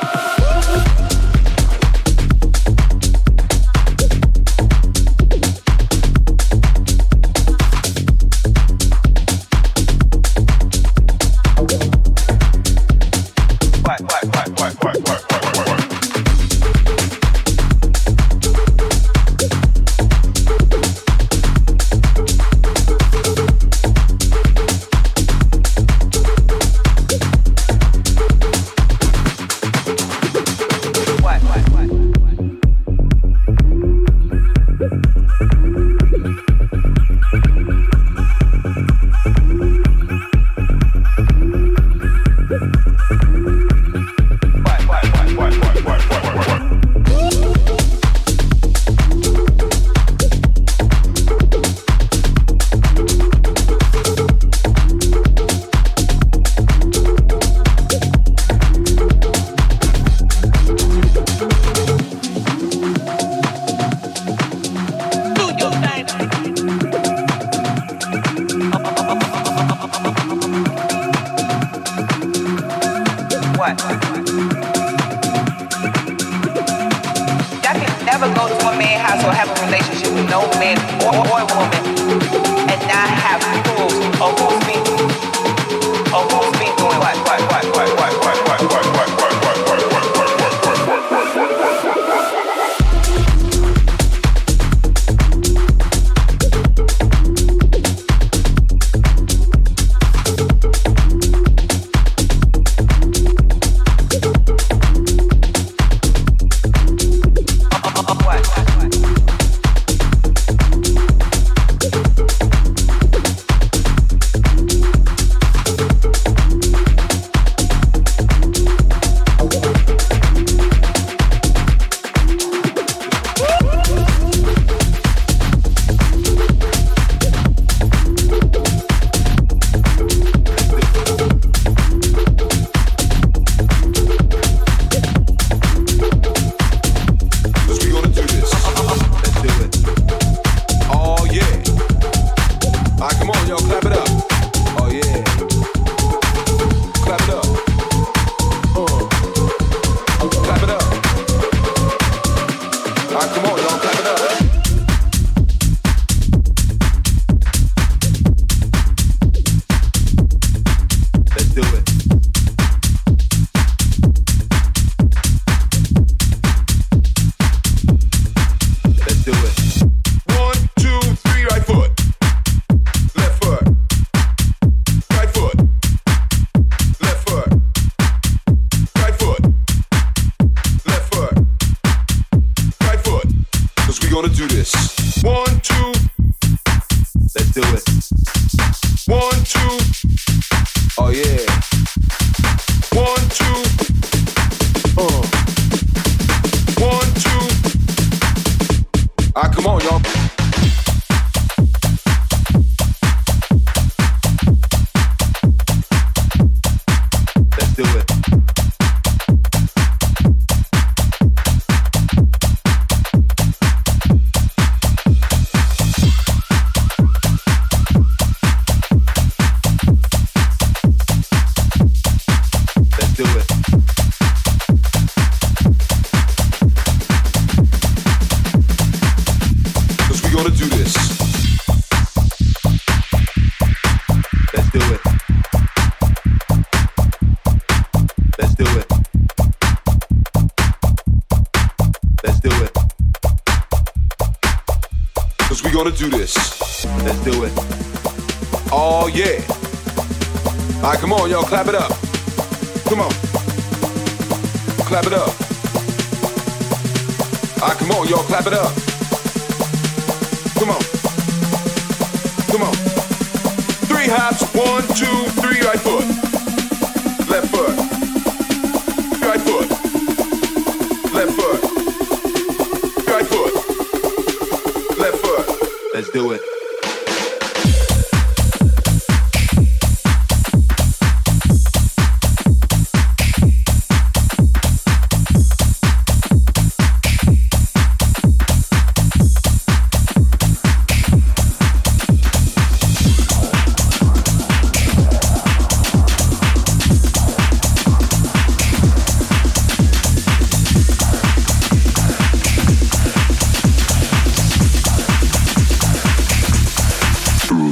Gonna do this. Let's do it. Oh yeah. All right, come on, y'all, clap it up. Come on. Clap it up. All right, come on, y'all, clap it up. Come on. Come on. Three hops, one, two, three, right foot. Left foot. Right foot. Left foot. Right foot. Left foot. Let's do it.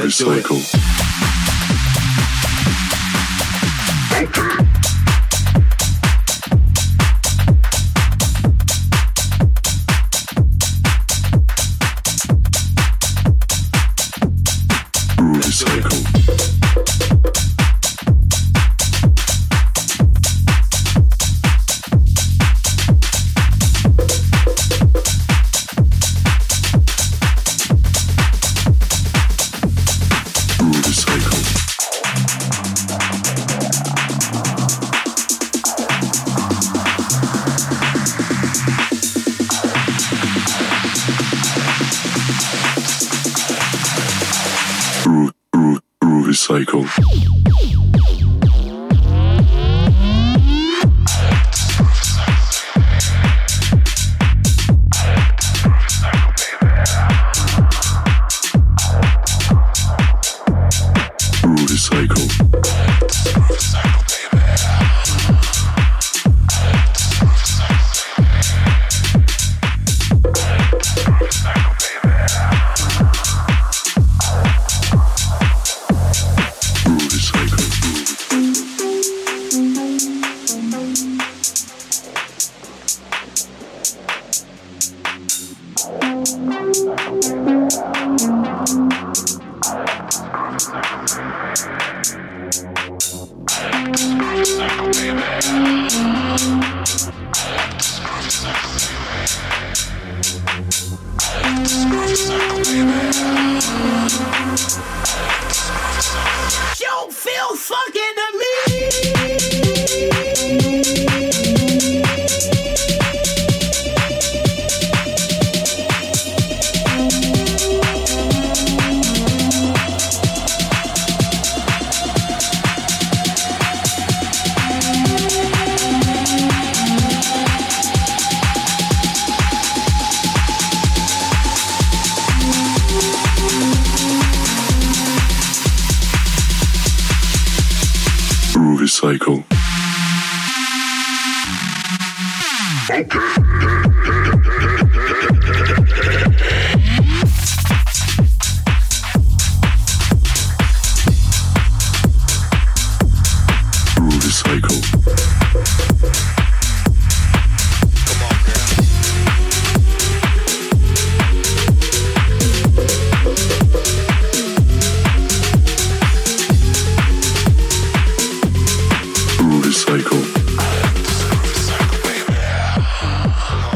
Let's do it. Cycle. Cycle. Cycle.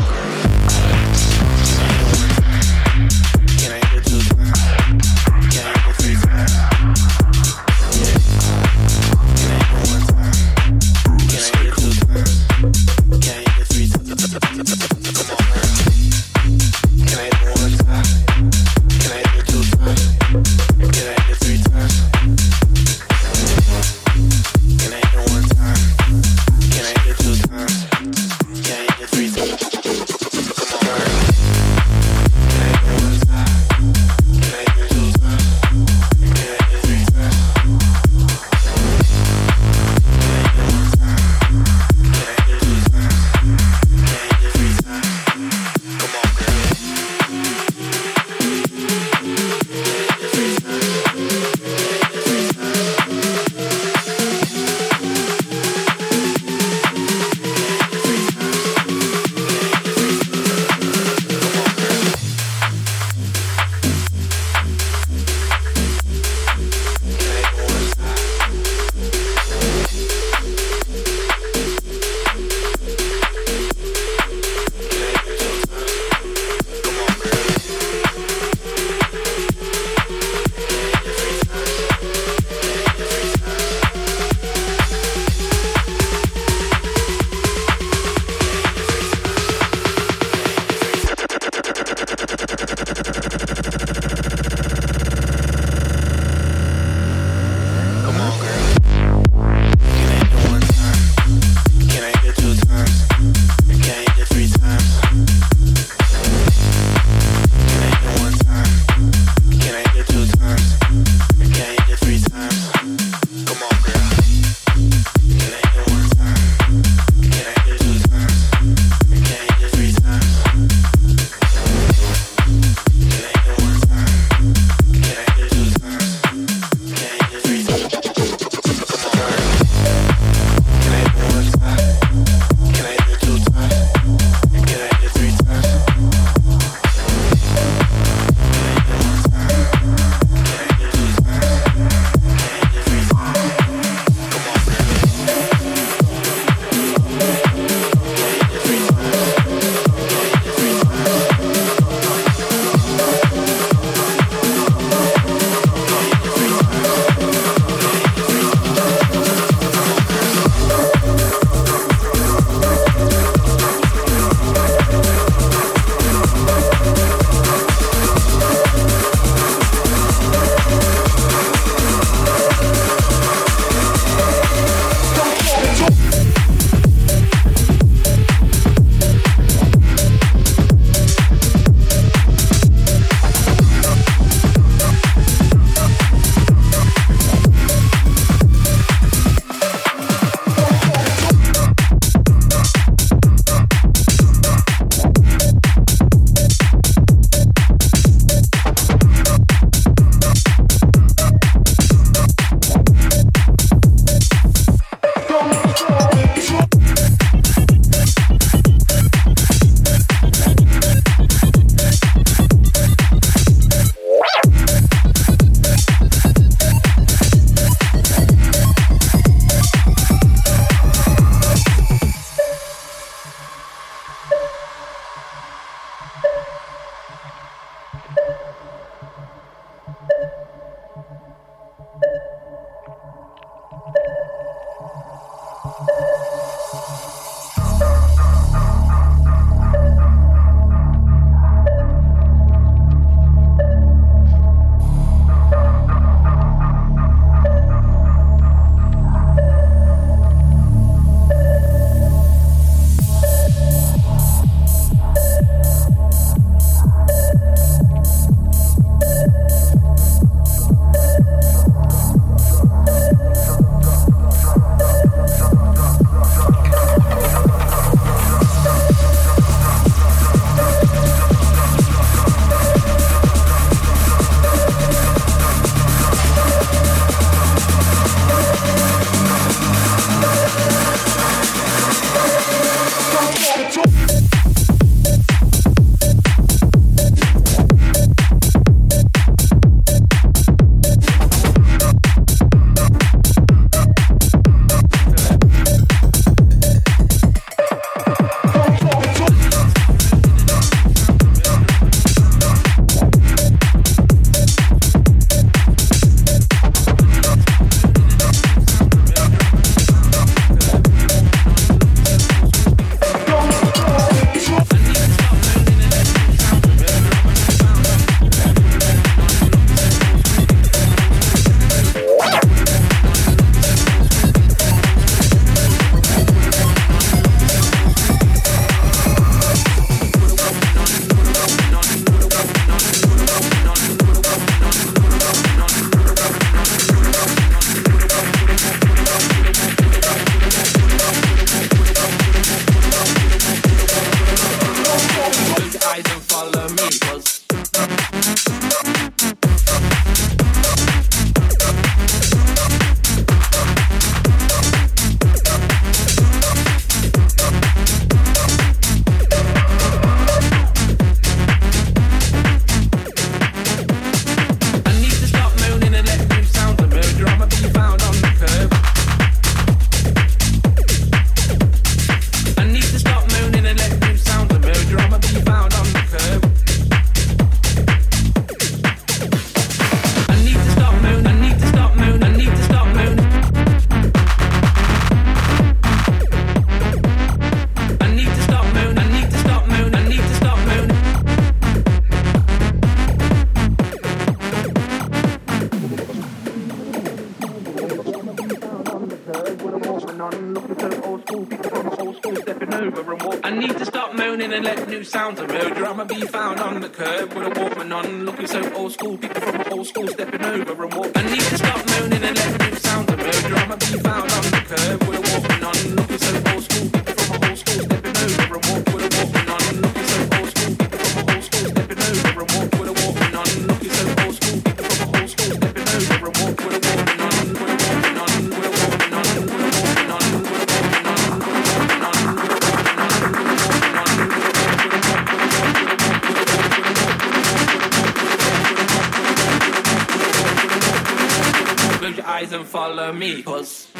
over and walk. I need to stop moaning and let new sounds emerge. Or I'ma be found on the curb with a Walkman on, looking so old school. People from old school stepping over and walk. I need to stop moaning and let new sounds emerge. Or I'ma be found on the curb with a Walkman on, looking so old school. People from old school stepping over and walk with a Walkman on, looking so old school. People from old school stepping over and walk with a Walkman on, looking so old school. People from old school stepping over and walk with a Walkman on, with a Walkman on, with a Walkman on, with a Walkman on, with a Walkman on. Close your eyes and follow me, cause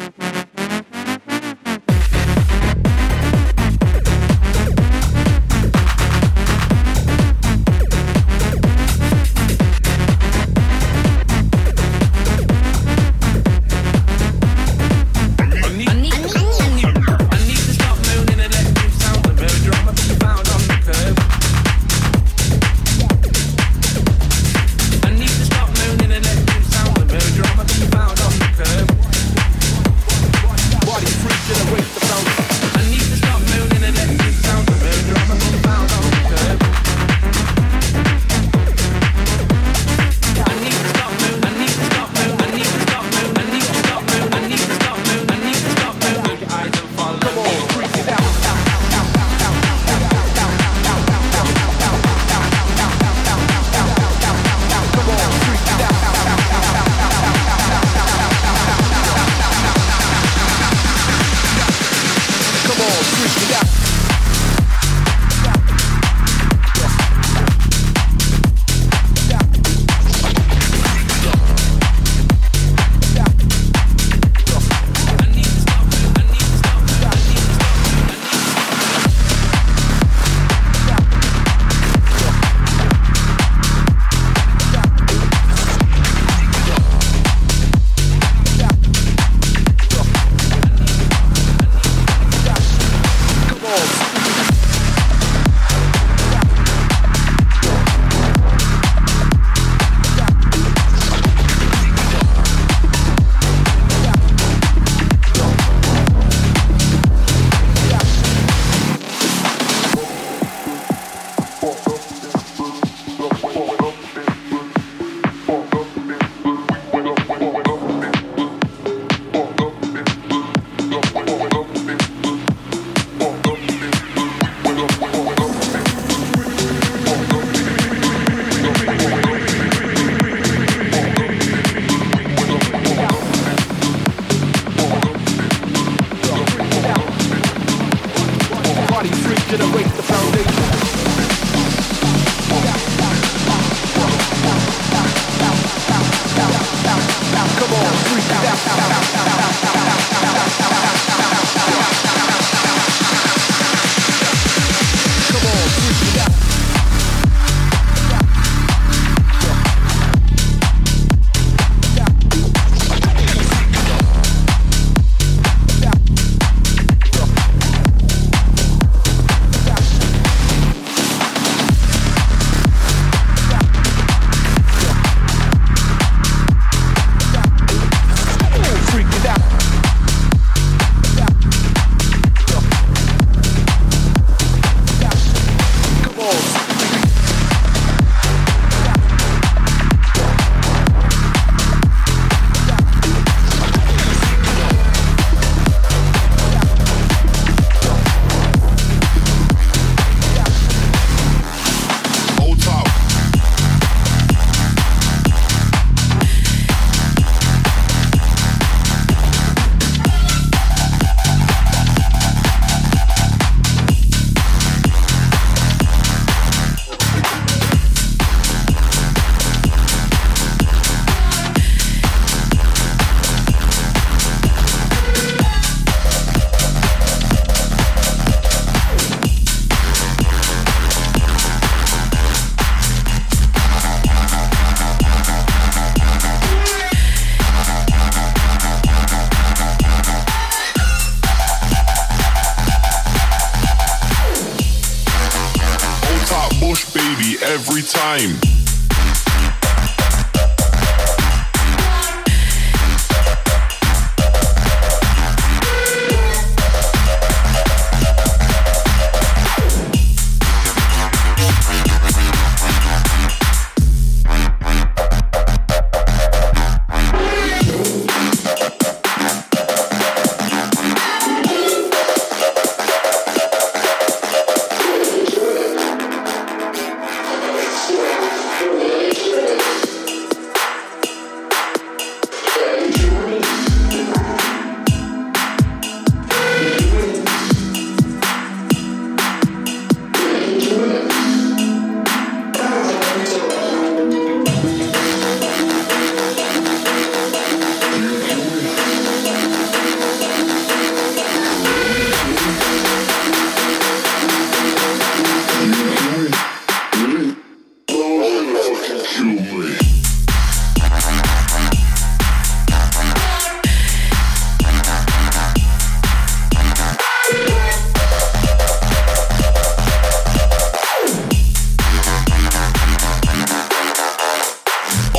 every time.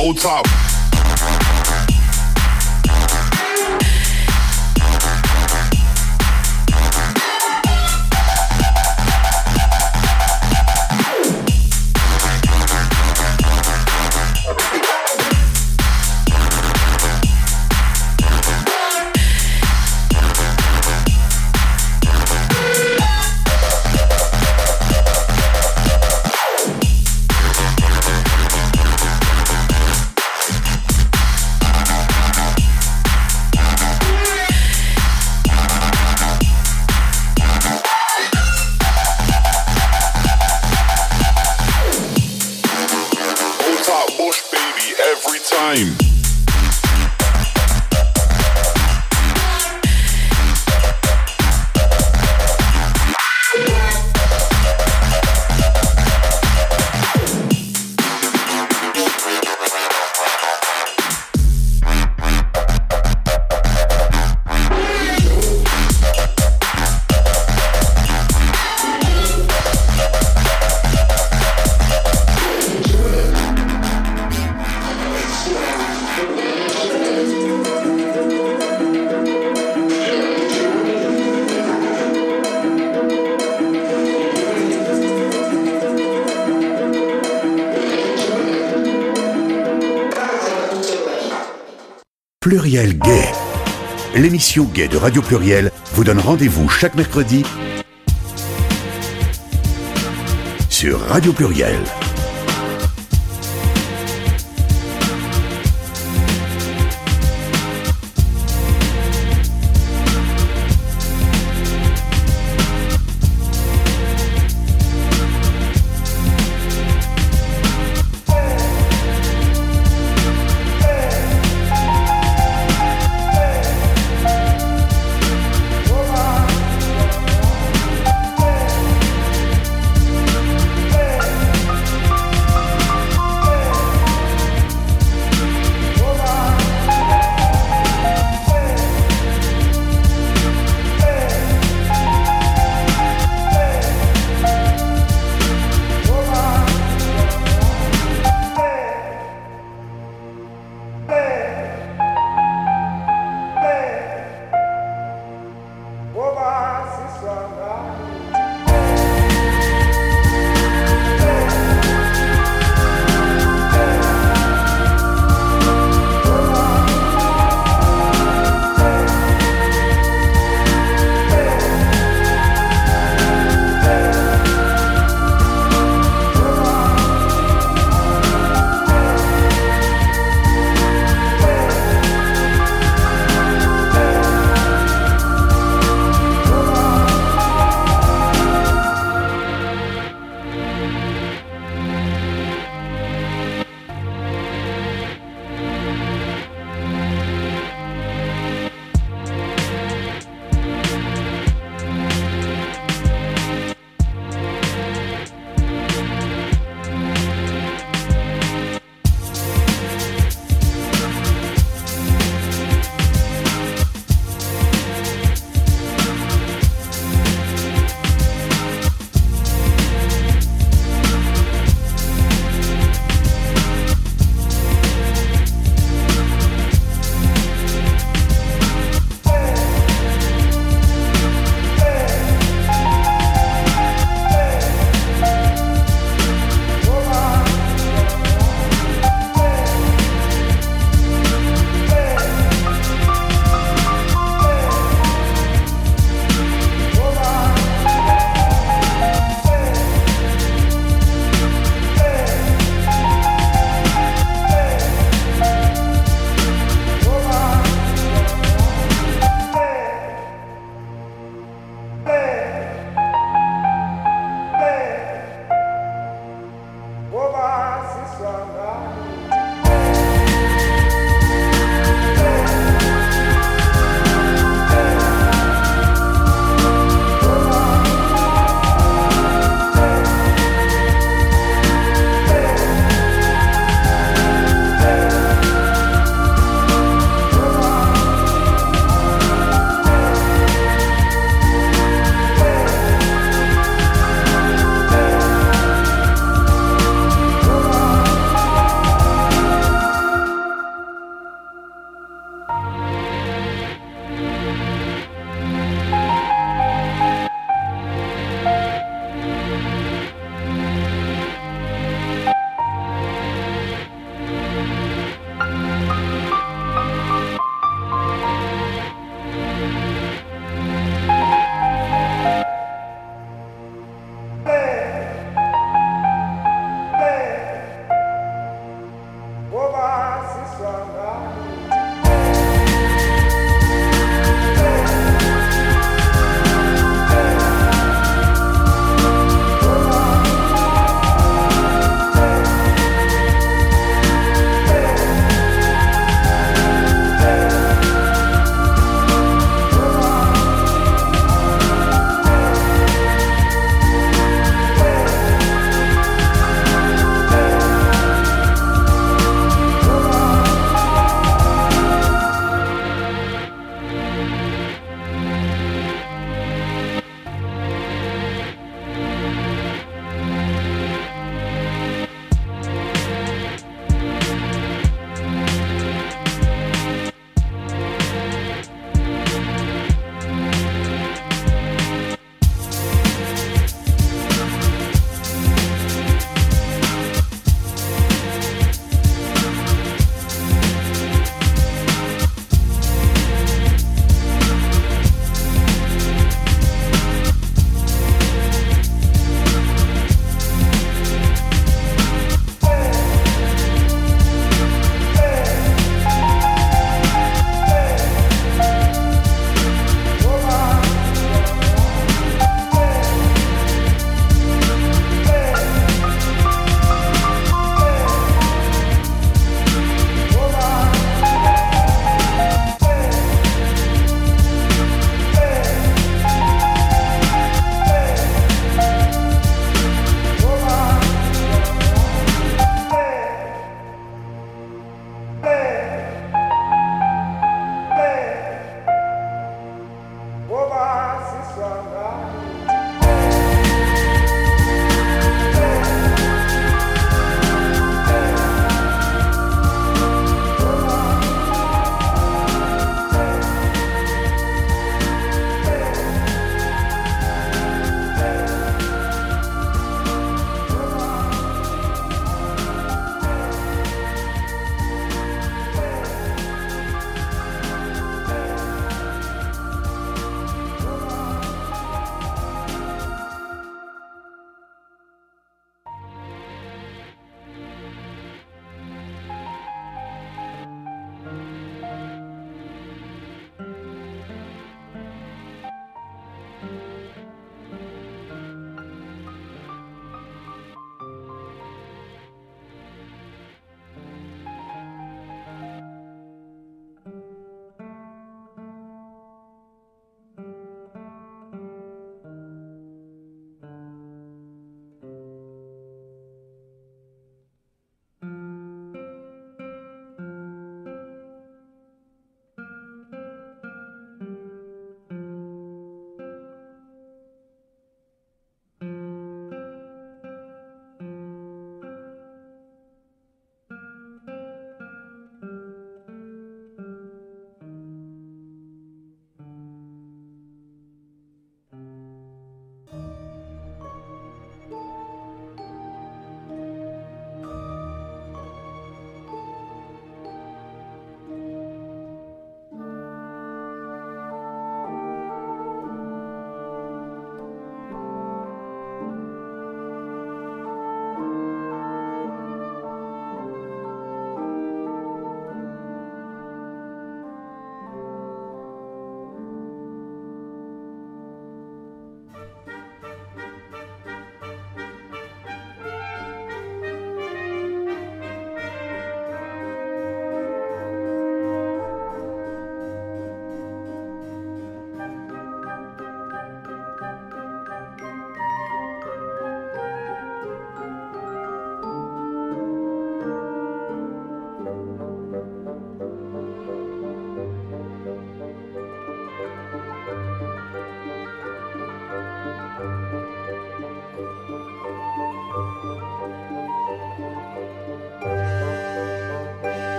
Old top. Pluriel Gay. L'émission Gay de Radio Pluriel vous donne rendez-vous chaque mercredi sur Radio Pluriel. Thank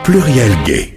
Pluriel Gay.